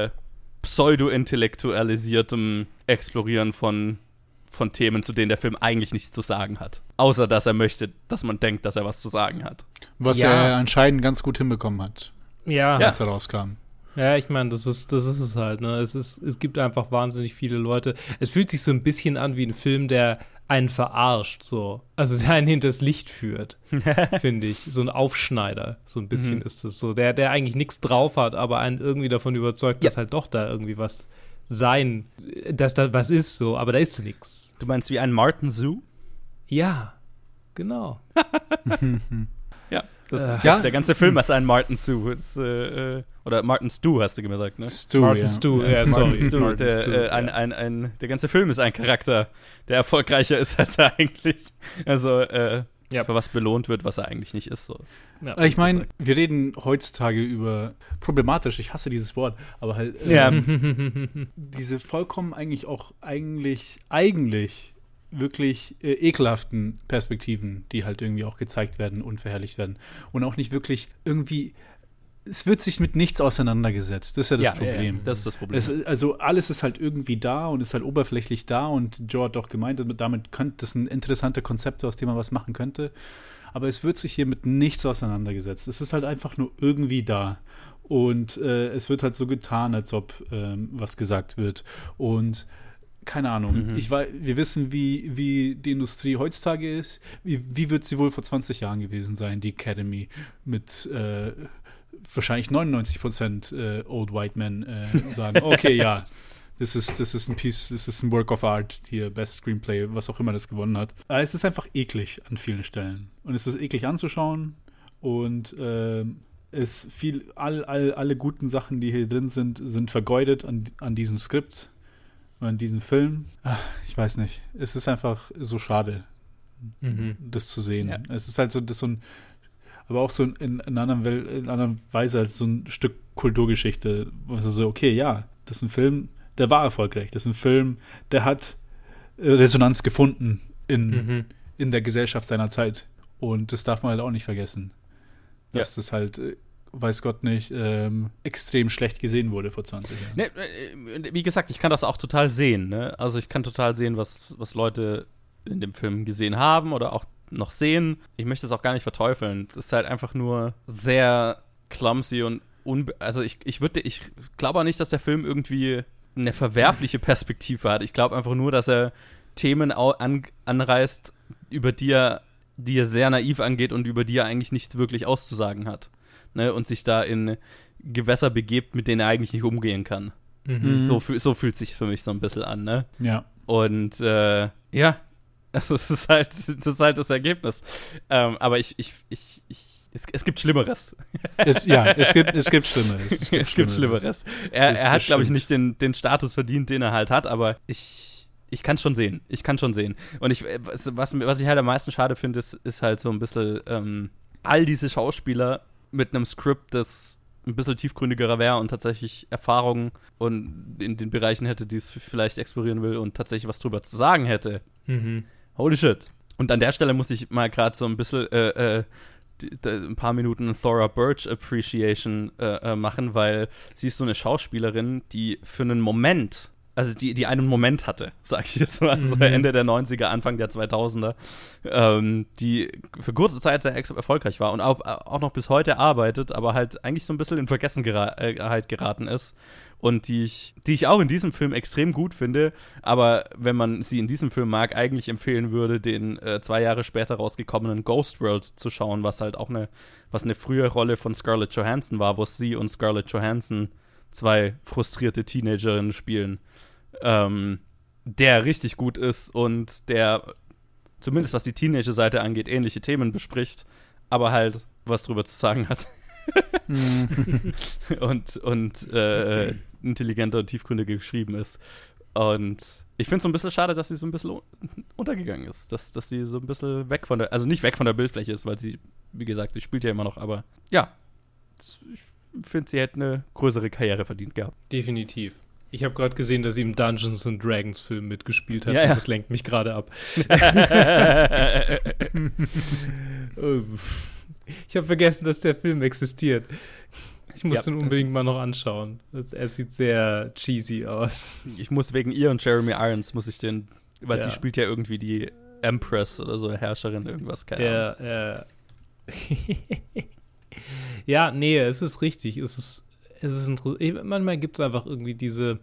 pseudo-intellektualisiertem Explorieren von Themen, zu denen der Film eigentlich nichts zu sagen hat. Außer, dass er möchte, dass man denkt, dass er was zu sagen hat. Was er anscheinend ganz gut hinbekommen hat. Ja. Als er rauskam. Ja, ich meine, das ist es halt, ne? Es gibt einfach wahnsinnig viele Leute. Es fühlt sich so ein bisschen an wie ein Film, der einen verarscht, so. Also der einen hinters Licht führt, finde ich. So ein Aufschneider, so ein bisschen ist es so. Der eigentlich nichts drauf hat, aber einen irgendwie davon überzeugt, dass halt doch da irgendwie was dass da was ist, so, aber da ist nichts. Du meinst wie ein Martin Zoo? Ja, genau. Ja, der ganze Film ist ein Martin Zoo. Oder Martin Stew, hast du gesagt, ne? Martin Stew, ja, sorry. Stew, der ganze Film ist ein Charakter, der erfolgreicher ist, als er eigentlich, für was belohnt wird, was er eigentlich nicht ist. So. Ja, ich meine, wir reden heutzutage über problematisch, ich hasse dieses Wort, aber halt diese vollkommen eigentlich wirklich ekelhaften Perspektiven, die halt irgendwie auch gezeigt werden und verherrlicht werden. Und auch nicht wirklich irgendwie, es wird sich mit nichts auseinandergesetzt. Das ist ja das Problem. Das ist das Problem. Also alles ist halt irgendwie da und ist halt oberflächlich da und Joe hat doch gemeint, damit könnte das ein interessante Konzept, aus dem man was machen könnte. Aber es wird sich hier mit nichts auseinandergesetzt. Es ist halt einfach nur irgendwie da. Und es wird halt so getan, als ob was gesagt wird. Und keine Ahnung. Wir wissen, wie die Industrie heutzutage ist. Wie wird sie wohl vor 20 Jahren gewesen sein, die Academy, mit wahrscheinlich 99% Old White Men sagen, okay, ja, das ist ein Piece, das ist ein Work of Art, hier, Best Screenplay, was auch immer das gewonnen hat. Aber es ist einfach eklig an vielen Stellen. Und es ist eklig anzuschauen und alle guten Sachen, die hier drin sind vergeudet an diesem Skript. In diesem Film, ich weiß nicht, es ist einfach so schade, das zu sehen. Ja. Es ist halt so ein, aber auch so in einer anderen Weise als so ein Stück Kulturgeschichte, was so, okay, ja, das ist ein Film, der war erfolgreich, das ist ein Film, der hat Resonanz gefunden in der Gesellschaft seiner Zeit. Und das darf man halt auch nicht vergessen, dass das halt weiß Gott nicht, extrem schlecht gesehen wurde vor 20 Jahren. Ne, wie gesagt, ich kann das auch total sehen. Ne? Also ich kann total sehen, was Leute in dem Film gesehen haben oder auch noch sehen. Ich möchte es auch gar nicht verteufeln. Das ist halt einfach nur sehr clumsy und also ich glaube auch nicht, dass der Film irgendwie eine verwerfliche Perspektive hat. Ich glaube einfach nur, dass er Themen anreißt, über die er sehr naiv angeht und über die er eigentlich nichts wirklich auszusagen hat. Ne? Und sich da in Gewässer begebt, mit denen er eigentlich nicht umgehen kann. Mhm. So fühlt sich für mich so ein bisschen an, ne? Ja. Und ja, also es ist halt das Ergebnis. Aber es gibt Schlimmeres. Es gibt Schlimmeres. Es gibt Schlimmeres. Er hat, glaube ich, nicht den Status verdient, den er halt hat, aber ich kann es schon sehen. Und was ich halt am meisten schade finde, ist halt so ein bisschen all diese Schauspieler mit einem Skript, das ein bisschen tiefgründigerer wäre und tatsächlich Erfahrungen und in den Bereichen hätte, die es vielleicht explorieren will und tatsächlich was drüber zu sagen hätte. Mhm. Holy shit. Und an der Stelle muss ich mal gerade so ein bisschen ein paar Minuten Thora Birch Appreciation machen, weil sie ist so eine Schauspielerin, die für einen Moment, also die einen Moment hatte, sag ich jetzt mal, so Ende der 90er, Anfang der 2000er, die für kurze Zeit sehr erfolgreich war und auch noch bis heute arbeitet, aber halt eigentlich so ein bisschen in Vergessenheit geraten ist und die ich auch in diesem Film extrem gut finde, aber wenn man sie in diesem Film mag, eigentlich empfehlen würde, den 2 Jahre später rausgekommenen Ghost World zu schauen, was halt auch eine frühe Rolle von Scarlett Johansson war, wo sie und Scarlett Johansson 2 frustrierte Teenagerinnen spielen, der richtig gut ist und der, zumindest was die Teenager-Seite angeht, ähnliche Themen bespricht, aber halt was drüber zu sagen hat. und intelligenter und tiefgründiger geschrieben ist. Und ich finde es so ein bisschen schade, dass sie so ein bisschen untergegangen ist. Dass sie so ein bisschen nicht weg von der Bildfläche ist, weil sie, wie gesagt, sie spielt ja immer noch, aber ja, ich finde, sie hätte eine größere Karriere verdient gehabt. Definitiv. Ich habe gerade gesehen, dass sie im Dungeons & Dragons Film mitgespielt hat. Ja. Und das lenkt mich gerade ab. Ich habe vergessen, dass der Film existiert. Ich muss den unbedingt mal noch anschauen. Er sieht sehr cheesy aus. Ich muss wegen ihr und Jeremy Irons, weil sie spielt ja irgendwie die Empress oder so, Herrscherin, irgendwas, keine Ahnung. Ja, nee, es ist richtig. Es ist manchmal gibt es einfach irgendwie diese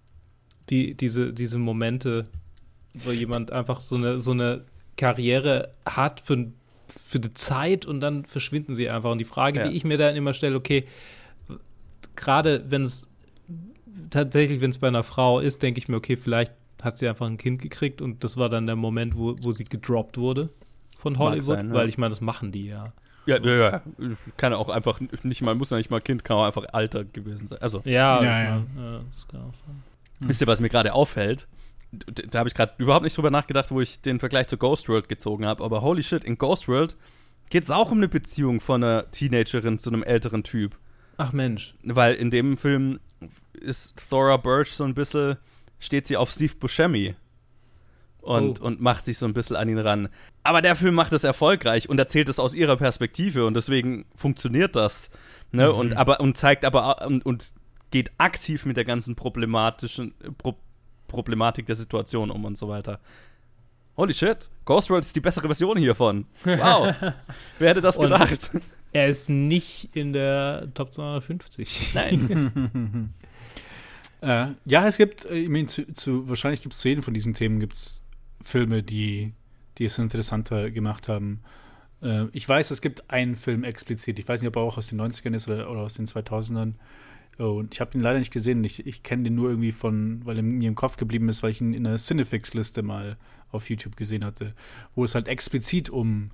Momente, wo jemand einfach so eine Karriere hat für die Zeit und dann verschwinden sie einfach. Und die Frage, die ich mir dann immer stelle, okay, gerade wenn es bei einer Frau ist, denke ich mir, okay, vielleicht hat sie einfach ein Kind gekriegt und das war dann der Moment, wo sie gedroppt wurde von Hollywood, sein, ja. Weil ich meine, das machen die ja. Ja. Kann auch einfach muss ja nicht mal Kind, kann auch einfach Alter gewesen sein. Also. Ja, das kann auch sein. Wisst ihr, was mir gerade auffällt? Da habe ich gerade überhaupt nicht drüber nachgedacht, wo ich den Vergleich zu Ghost World gezogen habe. Aber holy shit, in Ghost World geht es auch um eine Beziehung von einer Teenagerin zu einem älteren Typ. Ach Mensch. Weil in dem Film ist Thora Birch so ein bisschen, steht sie auf Steve Buscemi und macht sich so ein bisschen an ihn ran. Aber der Film macht es erfolgreich und erzählt es aus ihrer Perspektive und deswegen funktioniert das. Ne? Mhm. Und zeigt aber und geht aktiv mit der ganzen Problematik der Situation um und so weiter. Holy shit, Ghost World ist die bessere Version hiervon. Wow, wer hätte das gedacht? Er ist nicht in der Top 250. Nein. Ja, es gibt, ich meine, wahrscheinlich gibt es zu jedem von diesen Themen gibt's Filme, die es interessanter gemacht haben. Ich weiß, es gibt einen Film explizit, ich weiß nicht, ob er auch aus den 90ern ist oder aus den 2000ern. Und ich habe den leider nicht gesehen. Ich kenne den nur irgendwie weil er mir im Kopf geblieben ist, weil ich ihn in einer Cinefix-Liste mal auf YouTube gesehen hatte, wo es halt explizit um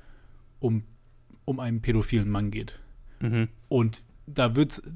einen pädophilen Mann geht. Mhm. Und da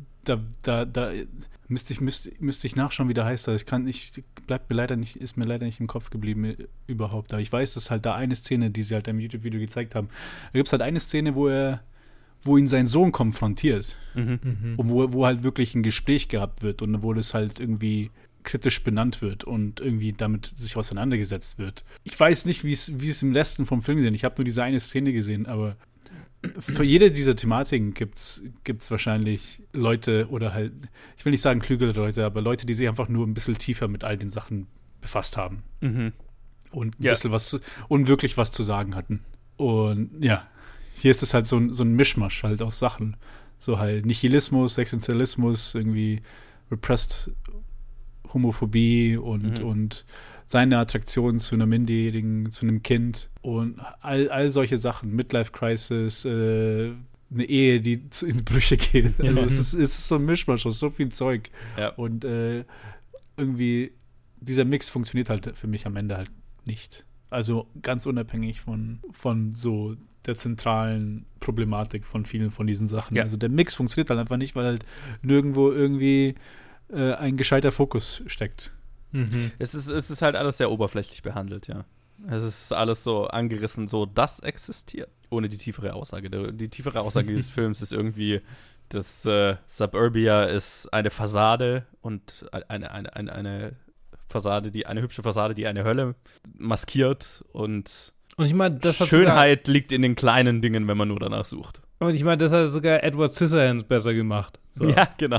müsste ich nachschauen, wie der heißt. Ist mir leider nicht im Kopf geblieben überhaupt. Aber ich weiß, dass halt da eine Szene, die sie halt im YouTube-Video gezeigt haben, da gibt es halt eine Szene, wo ihn sein Sohn konfrontiert. Mhm. Und wo halt wirklich ein Gespräch gehabt wird und wo das halt irgendwie kritisch benannt wird und irgendwie damit sich auseinandergesetzt wird. Ich weiß nicht, wie es im Resten vom Film gesehen. Ich habe nur diese eine Szene gesehen, aber für jede dieser Thematiken gibt's wahrscheinlich Leute oder halt, ich will nicht sagen klügere Leute, aber Leute, die sich einfach nur ein bisschen tiefer mit all den Sachen befasst haben. Mhm. Und ein bisschen wirklich was zu sagen hatten. Und ja, hier ist es halt so ein Mischmasch halt aus Sachen. So halt Nihilismus, Existenzialismus, irgendwie repressed Homophobie und seine Attraktion zu einer Minderjährigen, zu einem Kind und all solche Sachen, Midlife-Crisis, eine Ehe, die in Brüche geht. Also es ist so ein Mischmasch aus so viel Zeug. Ja. Und irgendwie dieser Mix funktioniert halt für mich am Ende halt nicht. Also ganz unabhängig von so der zentralen Problematik von vielen von diesen Sachen. Ja. Also der Mix funktioniert halt einfach nicht, weil halt nirgendwo irgendwie ein gescheiter Fokus steckt. Es ist halt alles sehr oberflächlich behandelt, ja. Es ist alles so angerissen, so das existiert, ohne die tiefere Aussage. Die tiefere Aussage dieses Films ist irgendwie, dass Suburbia ist eine Fassade und eine Fassade, eine hübsche Fassade, die eine Hölle maskiert und ich meine, das hat Schönheit liegt in den kleinen Dingen, wenn man nur danach sucht. Und ich meine, das hat sogar Edward Scissorhands besser gemacht. So. Ja, genau.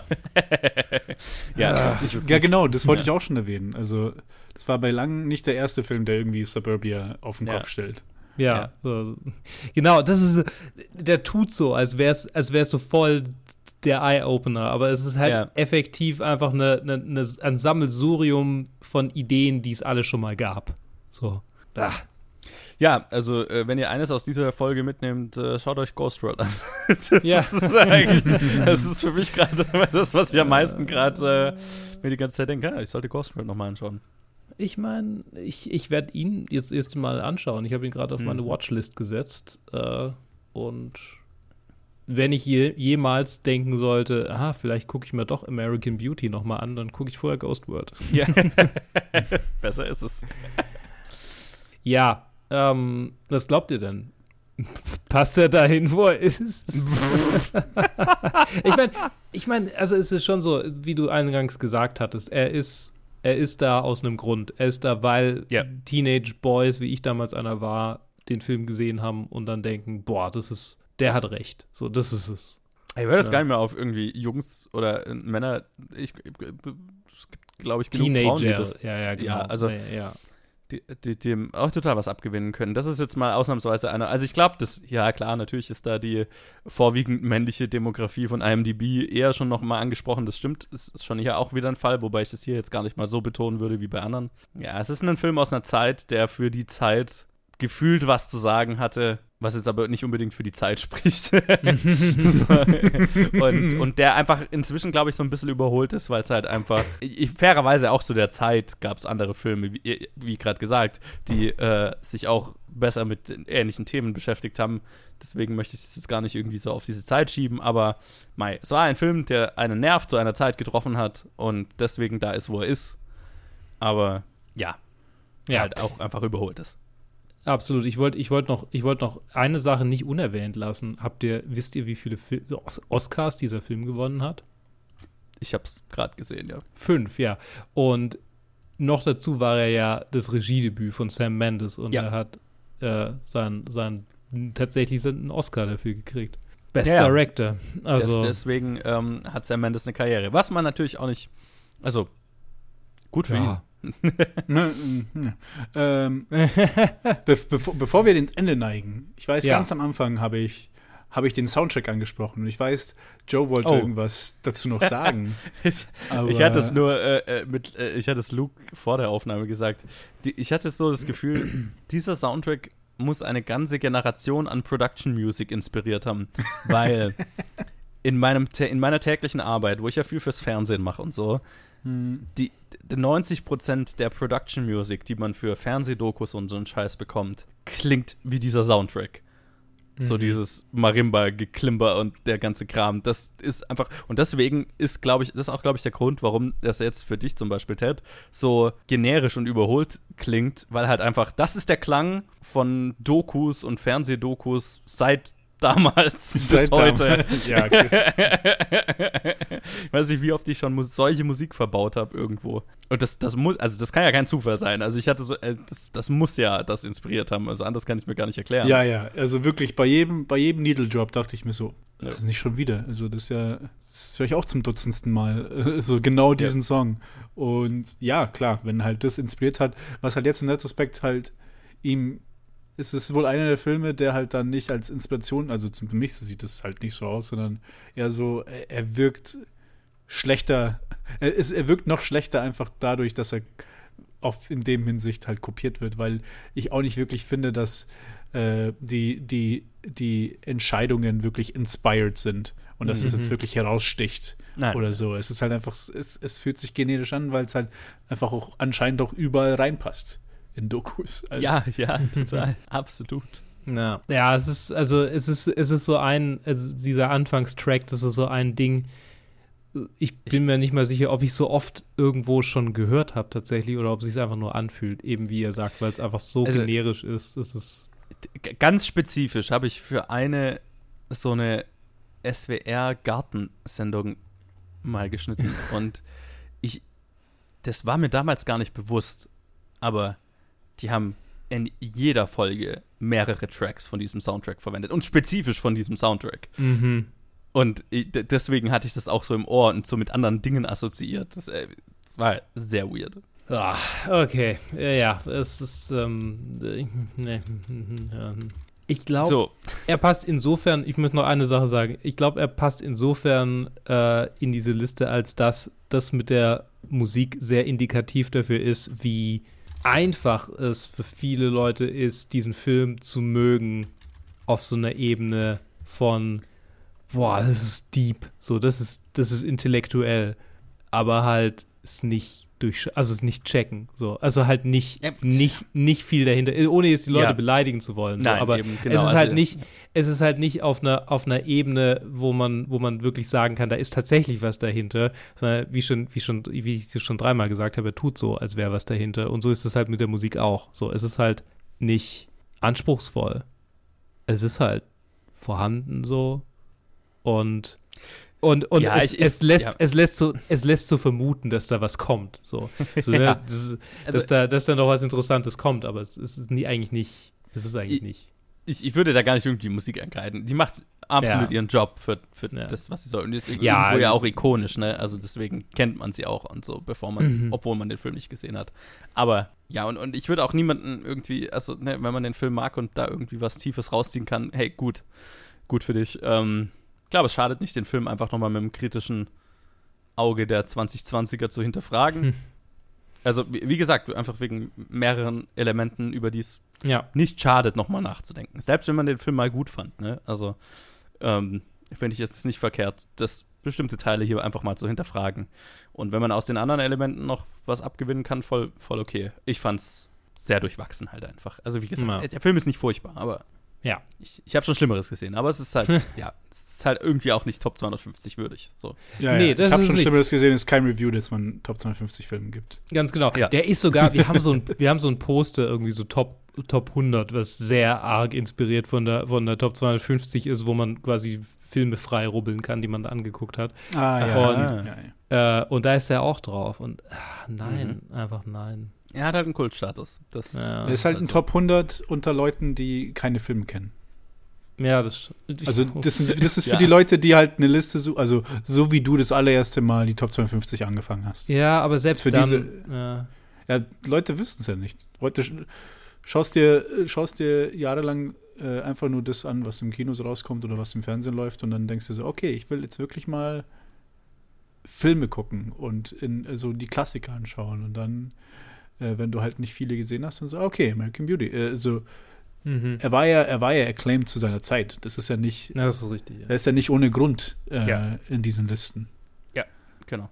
Genau, das wollte ich auch schon erwähnen. Also, das war bei langem nicht der erste Film, der irgendwie Suburbia auf den Kopf stellt. Ja. So. Genau, der tut so, als wär's so voll der Eye-Opener, aber es ist halt effektiv einfach ein Sammelsurium von Ideen, die es alle schon mal gab. So. Ja, also wenn ihr eines aus dieser Folge mitnehmt, schaut euch Ghost World an. Das ist für mich gerade das, was ich am meisten gerade mir die ganze Zeit denke, ich sollte Ghost World nochmal anschauen. Ich meine, ich werde ihn jetzt das erste Mal anschauen. Ich habe ihn gerade auf meine Watchlist gesetzt und wenn ich jemals denken sollte, vielleicht gucke ich mir doch American Beauty nochmal an, dann gucke ich vorher Ghost World. Ja. Besser ist es. Ja, was glaubt ihr denn? Passt er dahin, wo er ist? Ich meine, also es ist schon so, wie du eingangs gesagt hattest, er ist da aus einem Grund. Er ist da, weil Teenage Boys, wie ich damals einer war, den Film gesehen haben und dann denken, boah, der hat recht. So, das ist es. Ich höre das gar nicht mehr auf irgendwie Jungs oder Männer. Es gibt, glaube ich, genug Teenager. Frauen, die das. Ja, genau. Ja, also die dem auch total was abgewinnen können. Das ist jetzt mal ausnahmsweise einer. Also ich glaube, klar, natürlich ist da die vorwiegend männliche Demografie von IMDb eher schon noch mal angesprochen. Das stimmt, ist schon hier auch wieder ein Fall, wobei ich das hier jetzt gar nicht mal so betonen würde wie bei anderen. Ja, es ist ein Film aus einer Zeit, der für die Zeit gefühlt was zu sagen hatte, was jetzt aber nicht unbedingt für die Zeit spricht. und der einfach inzwischen, glaube ich, so ein bisschen überholt ist, weil es halt einfach, fairerweise auch zu der Zeit gab es andere Filme, wie gerade gesagt, die sich auch besser mit ähnlichen Themen beschäftigt haben. Deswegen möchte ich das jetzt gar nicht irgendwie so auf diese Zeit schieben, aber es war ein Film, der einen Nerv zu einer Zeit getroffen hat und deswegen da ist, wo er ist. Aber halt auch einfach überholt ist. Absolut. Ich wollte noch eine Sache nicht unerwähnt lassen. Wisst ihr, wie viele Oscars dieser Film gewonnen hat? Ich habe es gerade gesehen, ja. 5, ja. Und noch dazu war er ja das Regiedebüt von Sam Mendes und er hat tatsächlich einen Oscar dafür gekriegt. Best Director. Also deswegen hat Sam Mendes eine Karriere. Was man natürlich auch nicht, also gut für ihn. Bevor wir ins Ende neigen, ich weiß, ganz am Anfang habe ich den Soundtrack angesprochen und ich weiß, Joe wollte irgendwas dazu noch sagen. Ich hatte es ich hatte es Luke vor der Aufnahme gesagt. Ich hatte so das Gefühl, dieser Soundtrack muss eine ganze Generation an Production Music inspiriert haben, weil in meiner täglichen Arbeit, wo ich ja viel fürs Fernsehen mache und so, die 90% der Production Music, die man für Fernsehdokus und so einen Scheiß bekommt, klingt wie dieser Soundtrack. So dieses Marimba-Geklimper und der ganze Kram. Das ist einfach, und deswegen ist, glaube ich, der Grund, warum das jetzt für dich zum Beispiel, Ted, so generisch und überholt klingt, weil halt einfach, das ist der Klang von Dokus und Fernsehdokus seit damals bis heute. Ja, okay. Ich weiß nicht, wie oft ich schon solche Musik verbaut habe irgendwo. Und das kann ja kein Zufall sein. Also ich hatte so, das muss ja das inspiriert haben. Also anders kann ich es mir gar nicht erklären. Ja. Also wirklich bei jedem Needle Drop dachte ich mir so, das ist nicht schon wieder. Also das höre ich auch zum dutzendsten Mal. So genau diesen Song. Und ja, klar, wenn halt das inspiriert hat, was halt jetzt in Retrospekt halt ihm es ist wohl einer der Filme, der halt dann nicht als Inspiration, also für mich sieht es halt nicht so aus, sondern eher so, er wirkt schlechter, er wirkt noch schlechter einfach dadurch, dass er in dem Hinsicht halt kopiert wird, weil ich auch nicht wirklich finde, dass die Entscheidungen wirklich inspired sind und dass es jetzt wirklich heraussticht. Nein. Oder so. Es ist halt einfach, es fühlt sich generisch an, weil es halt einfach auch anscheinend auch überall reinpasst in Dokus. Also. Ja, total. Absolut. Ja, es ist so dieser Anfangstrack, das ist so ein Ding. Ich bin mir nicht mal sicher, ob ich es so oft irgendwo schon gehört habe tatsächlich oder ob es sich einfach nur anfühlt, eben wie ihr sagt, weil es einfach so generisch ist. Es ist ganz spezifisch habe ich für so eine SWR-Gartensendung mal geschnitten und das war mir damals gar nicht bewusst, aber die haben in jeder Folge mehrere Tracks von diesem Soundtrack verwendet und spezifisch von diesem Soundtrack. Und deswegen hatte ich das auch so im Ohr und so mit anderen Dingen assoziiert. Das war sehr weird. Okay, ja, es ist ich glaube, er passt insofern, ich muss noch eine Sache sagen, ich glaube, er passt insofern in diese Liste, als dass das mit der Musik sehr indikativ dafür ist, wie einfach es für viele Leute ist, diesen Film zu mögen auf so einer Ebene von das ist deep, so, das ist intellektuell, aber halt ist nicht es nicht checken, so, also halt nicht viel dahinter, ohne jetzt die Leute beleidigen zu wollen, so. Nein, Aber eben, genau, es ist halt nicht auf einer Ebene, wo man wirklich sagen kann, da ist tatsächlich was dahinter, sondern wie ich schon dreimal gesagt habe, er tut so, als wäre was dahinter, und so ist es halt mit der Musik auch, so, es ist halt nicht anspruchsvoll, es ist halt vorhanden, so. Und ja, es lässt so vermuten, dass da was kommt. So, ja. Dass da noch was Interessantes kommt, aber es ist eigentlich nicht. Ich würde da gar nicht irgendwie Musik angreifen. Die macht absolut ihren Job für das, was sie soll. Und ist irgendwo ja auch ikonisch, ne? Also deswegen kennt man sie auch und so, obwohl man den Film nicht gesehen hat. Aber ja, und ich würde auch niemanden irgendwie, also ne, wenn man den Film mag und da irgendwie was Tiefes rausziehen kann, hey, gut für dich. Ich glaube, es schadet nicht, den Film einfach nochmal mit einem kritischen Auge der 2020er zu hinterfragen. Also, wie gesagt, einfach wegen mehreren Elementen, über die es nicht schadet, nochmal nachzudenken. Selbst wenn man den Film mal gut fand, ne? Also, finde ich es nicht verkehrt, das bestimmte Teile hier einfach mal zu hinterfragen. Und wenn man aus den anderen Elementen noch was abgewinnen kann, voll okay. Ich fand's sehr durchwachsen halt einfach. Also, wie gesagt, der Film ist nicht furchtbar, aber ja. Ich habe schon Schlimmeres gesehen, aber es ist halt, es ist halt irgendwie auch nicht Top 250 würdig. So. Ja, nee, ich habe schon Schlimmeres gesehen, es ist kein Review, dass man Top 250 Filmen gibt. Ganz genau. Ja. Der ist sogar, wir haben so ein Poster, irgendwie so Top 100, was sehr arg inspiriert von der Top 250 ist, wo man quasi Filme frei rubbeln kann, die man da angeguckt hat. Und da ist er auch drauf. Und einfach nein. Er hat halt einen Kultstatus. Er ist halt ein Top 100 unter Leuten, die keine Filme kennen. Ja, das ist für die Leute, die halt eine Liste suchen, also so wie du das allererste Mal die Top 52 angefangen hast. Ja, aber selbst für dann, Leute wissen es ja nicht. Leute, schaust dir jahrelang einfach nur das an, was im Kino so rauskommt oder was im Fernsehen läuft, und dann denkst du so, okay, ich will jetzt wirklich mal Filme gucken und so die Klassiker anschauen, und dann wenn du halt nicht viele gesehen hast, dann so, okay, American Beauty. Er war ja acclaimed zu seiner Zeit. Das ist ja nicht. Ja, das ist richtig. Ja. Er ist ja nicht ohne Grund in diesen Listen. Ja, genau.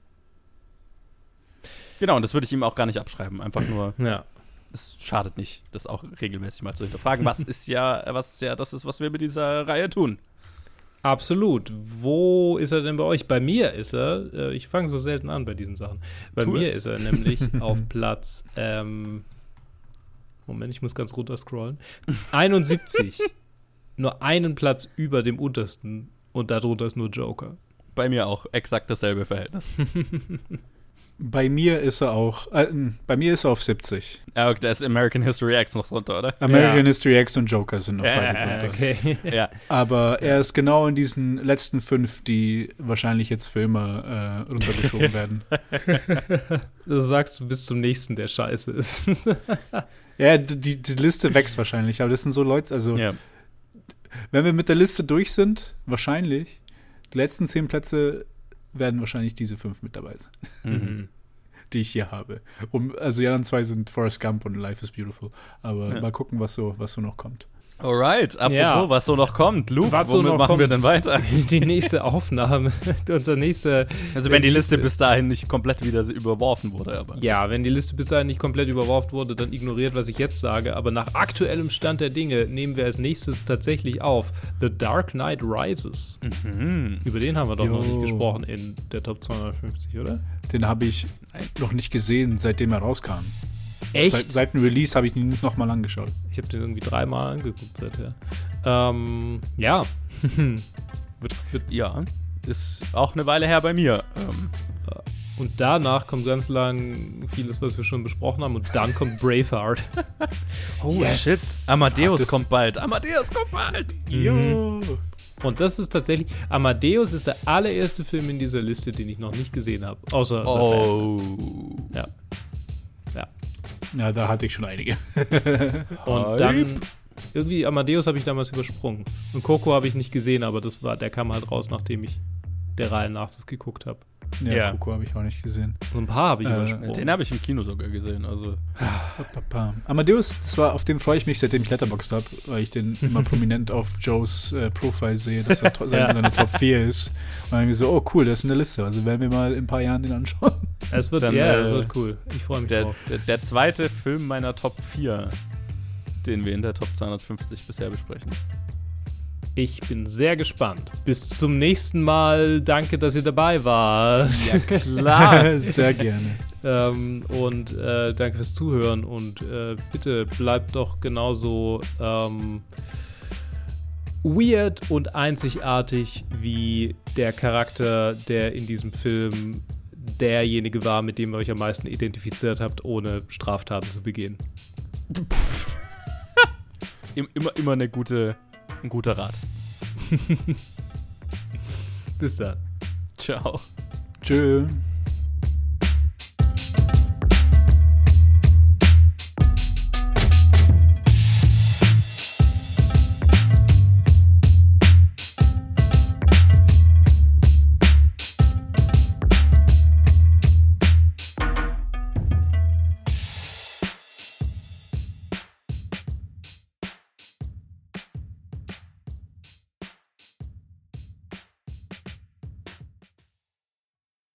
Genau, und das würde ich ihm auch gar nicht abschreiben. Einfach nur, es schadet nicht, das auch regelmäßig mal zu hinterfragen. Was ist das ist, was wir mit dieser Reihe tun. Absolut. Wo ist er denn bei euch? Bei mir ist er, ich fange so selten an bei diesen Sachen. Bei mir ist er nämlich auf Platz, Moment, ich muss ganz runter scrollen. 71. Nur einen Platz über dem untersten, und darunter ist nur Joker. Bei mir auch exakt dasselbe Verhältnis. Bei mir ist er auch, auf 70. Ja, okay, da ist American History X noch drunter, oder? American History X und Joker sind noch beide drunter. Okay. Ja. Aber er ist genau in diesen letzten 5, die wahrscheinlich jetzt für immer runtergeschoben werden. Du sagst, du bist zum nächsten, der scheiße ist. Ja, die Liste wächst wahrscheinlich, aber das sind so Leute, also wenn wir mit der Liste durch sind, wahrscheinlich, die letzten 10 Plätze werden wahrscheinlich diese 5 mit dabei sein, die ich hier habe. Also die anderen 2 sind Forrest Gump und Life is Beautiful. Aber mal gucken, was so noch kommt. Alright, apropos, was so noch kommt. Luke, womit machen wir denn weiter? Die nächste Aufnahme, unser nächster... Also wenn die Liste bis dahin nicht komplett wieder überworfen wurde. Aber. Ja, wenn die Liste bis dahin nicht komplett überworfen wurde, dann ignoriert, was ich jetzt sage. Aber nach aktuellem Stand der Dinge nehmen wir als nächstes tatsächlich auf The Dark Knight Rises. Über den haben wir doch noch nicht gesprochen in der Top 250, oder? Den habe ich noch nicht gesehen, seitdem er rauskam. Echt? Seit dem Release habe ich ihn nicht nochmal angeschaut. Ich habe den irgendwie 3-mal angeguckt seither. Ja. Ja, ist auch eine Weile her bei mir. Und danach kommt ganz lang vieles, was wir schon besprochen haben. Und dann kommt Braveheart. Oh, shit. Amadeus kommt bald. Jo. Und das ist tatsächlich, Amadeus ist der allererste Film in dieser Liste, den ich noch nicht gesehen habe. Außer Ja. Ja, da hatte ich schon einige. Und dann, irgendwie, Amadeus habe ich damals übersprungen. Und Coco habe ich nicht gesehen, aber der kam halt raus, nachdem ich der Reihe nach das geguckt habe. Ja, Coco habe ich auch nicht gesehen. So ein paar habe ich übersprungen. Den habe ich im Kino sogar gesehen. Also. Amadeus, auf den freue ich mich, seitdem ich Letterboxd habe, weil ich den immer prominent auf Joes Profile sehe, dass er seine Top 4 ist. Und dann mir so, oh cool, der ist in der Liste. Also werden wir mal in ein paar Jahren den anschauen. Das wird cool. Ich freue mich drauf. Der zweite Film meiner Top 4, den wir in der Top 250 bisher besprechen. Ich bin sehr gespannt. Bis zum nächsten Mal. Danke, dass ihr dabei wart. Ja, klar. Sehr gerne. Und danke fürs Zuhören. Und bitte bleibt doch genauso weird und einzigartig wie der Charakter, der in diesem Film derjenige war, mit dem ihr euch am meisten identifiziert habt, ohne Straftaten zu begehen. Immer ein guter Rat. Bis dann. Ciao. Tschö.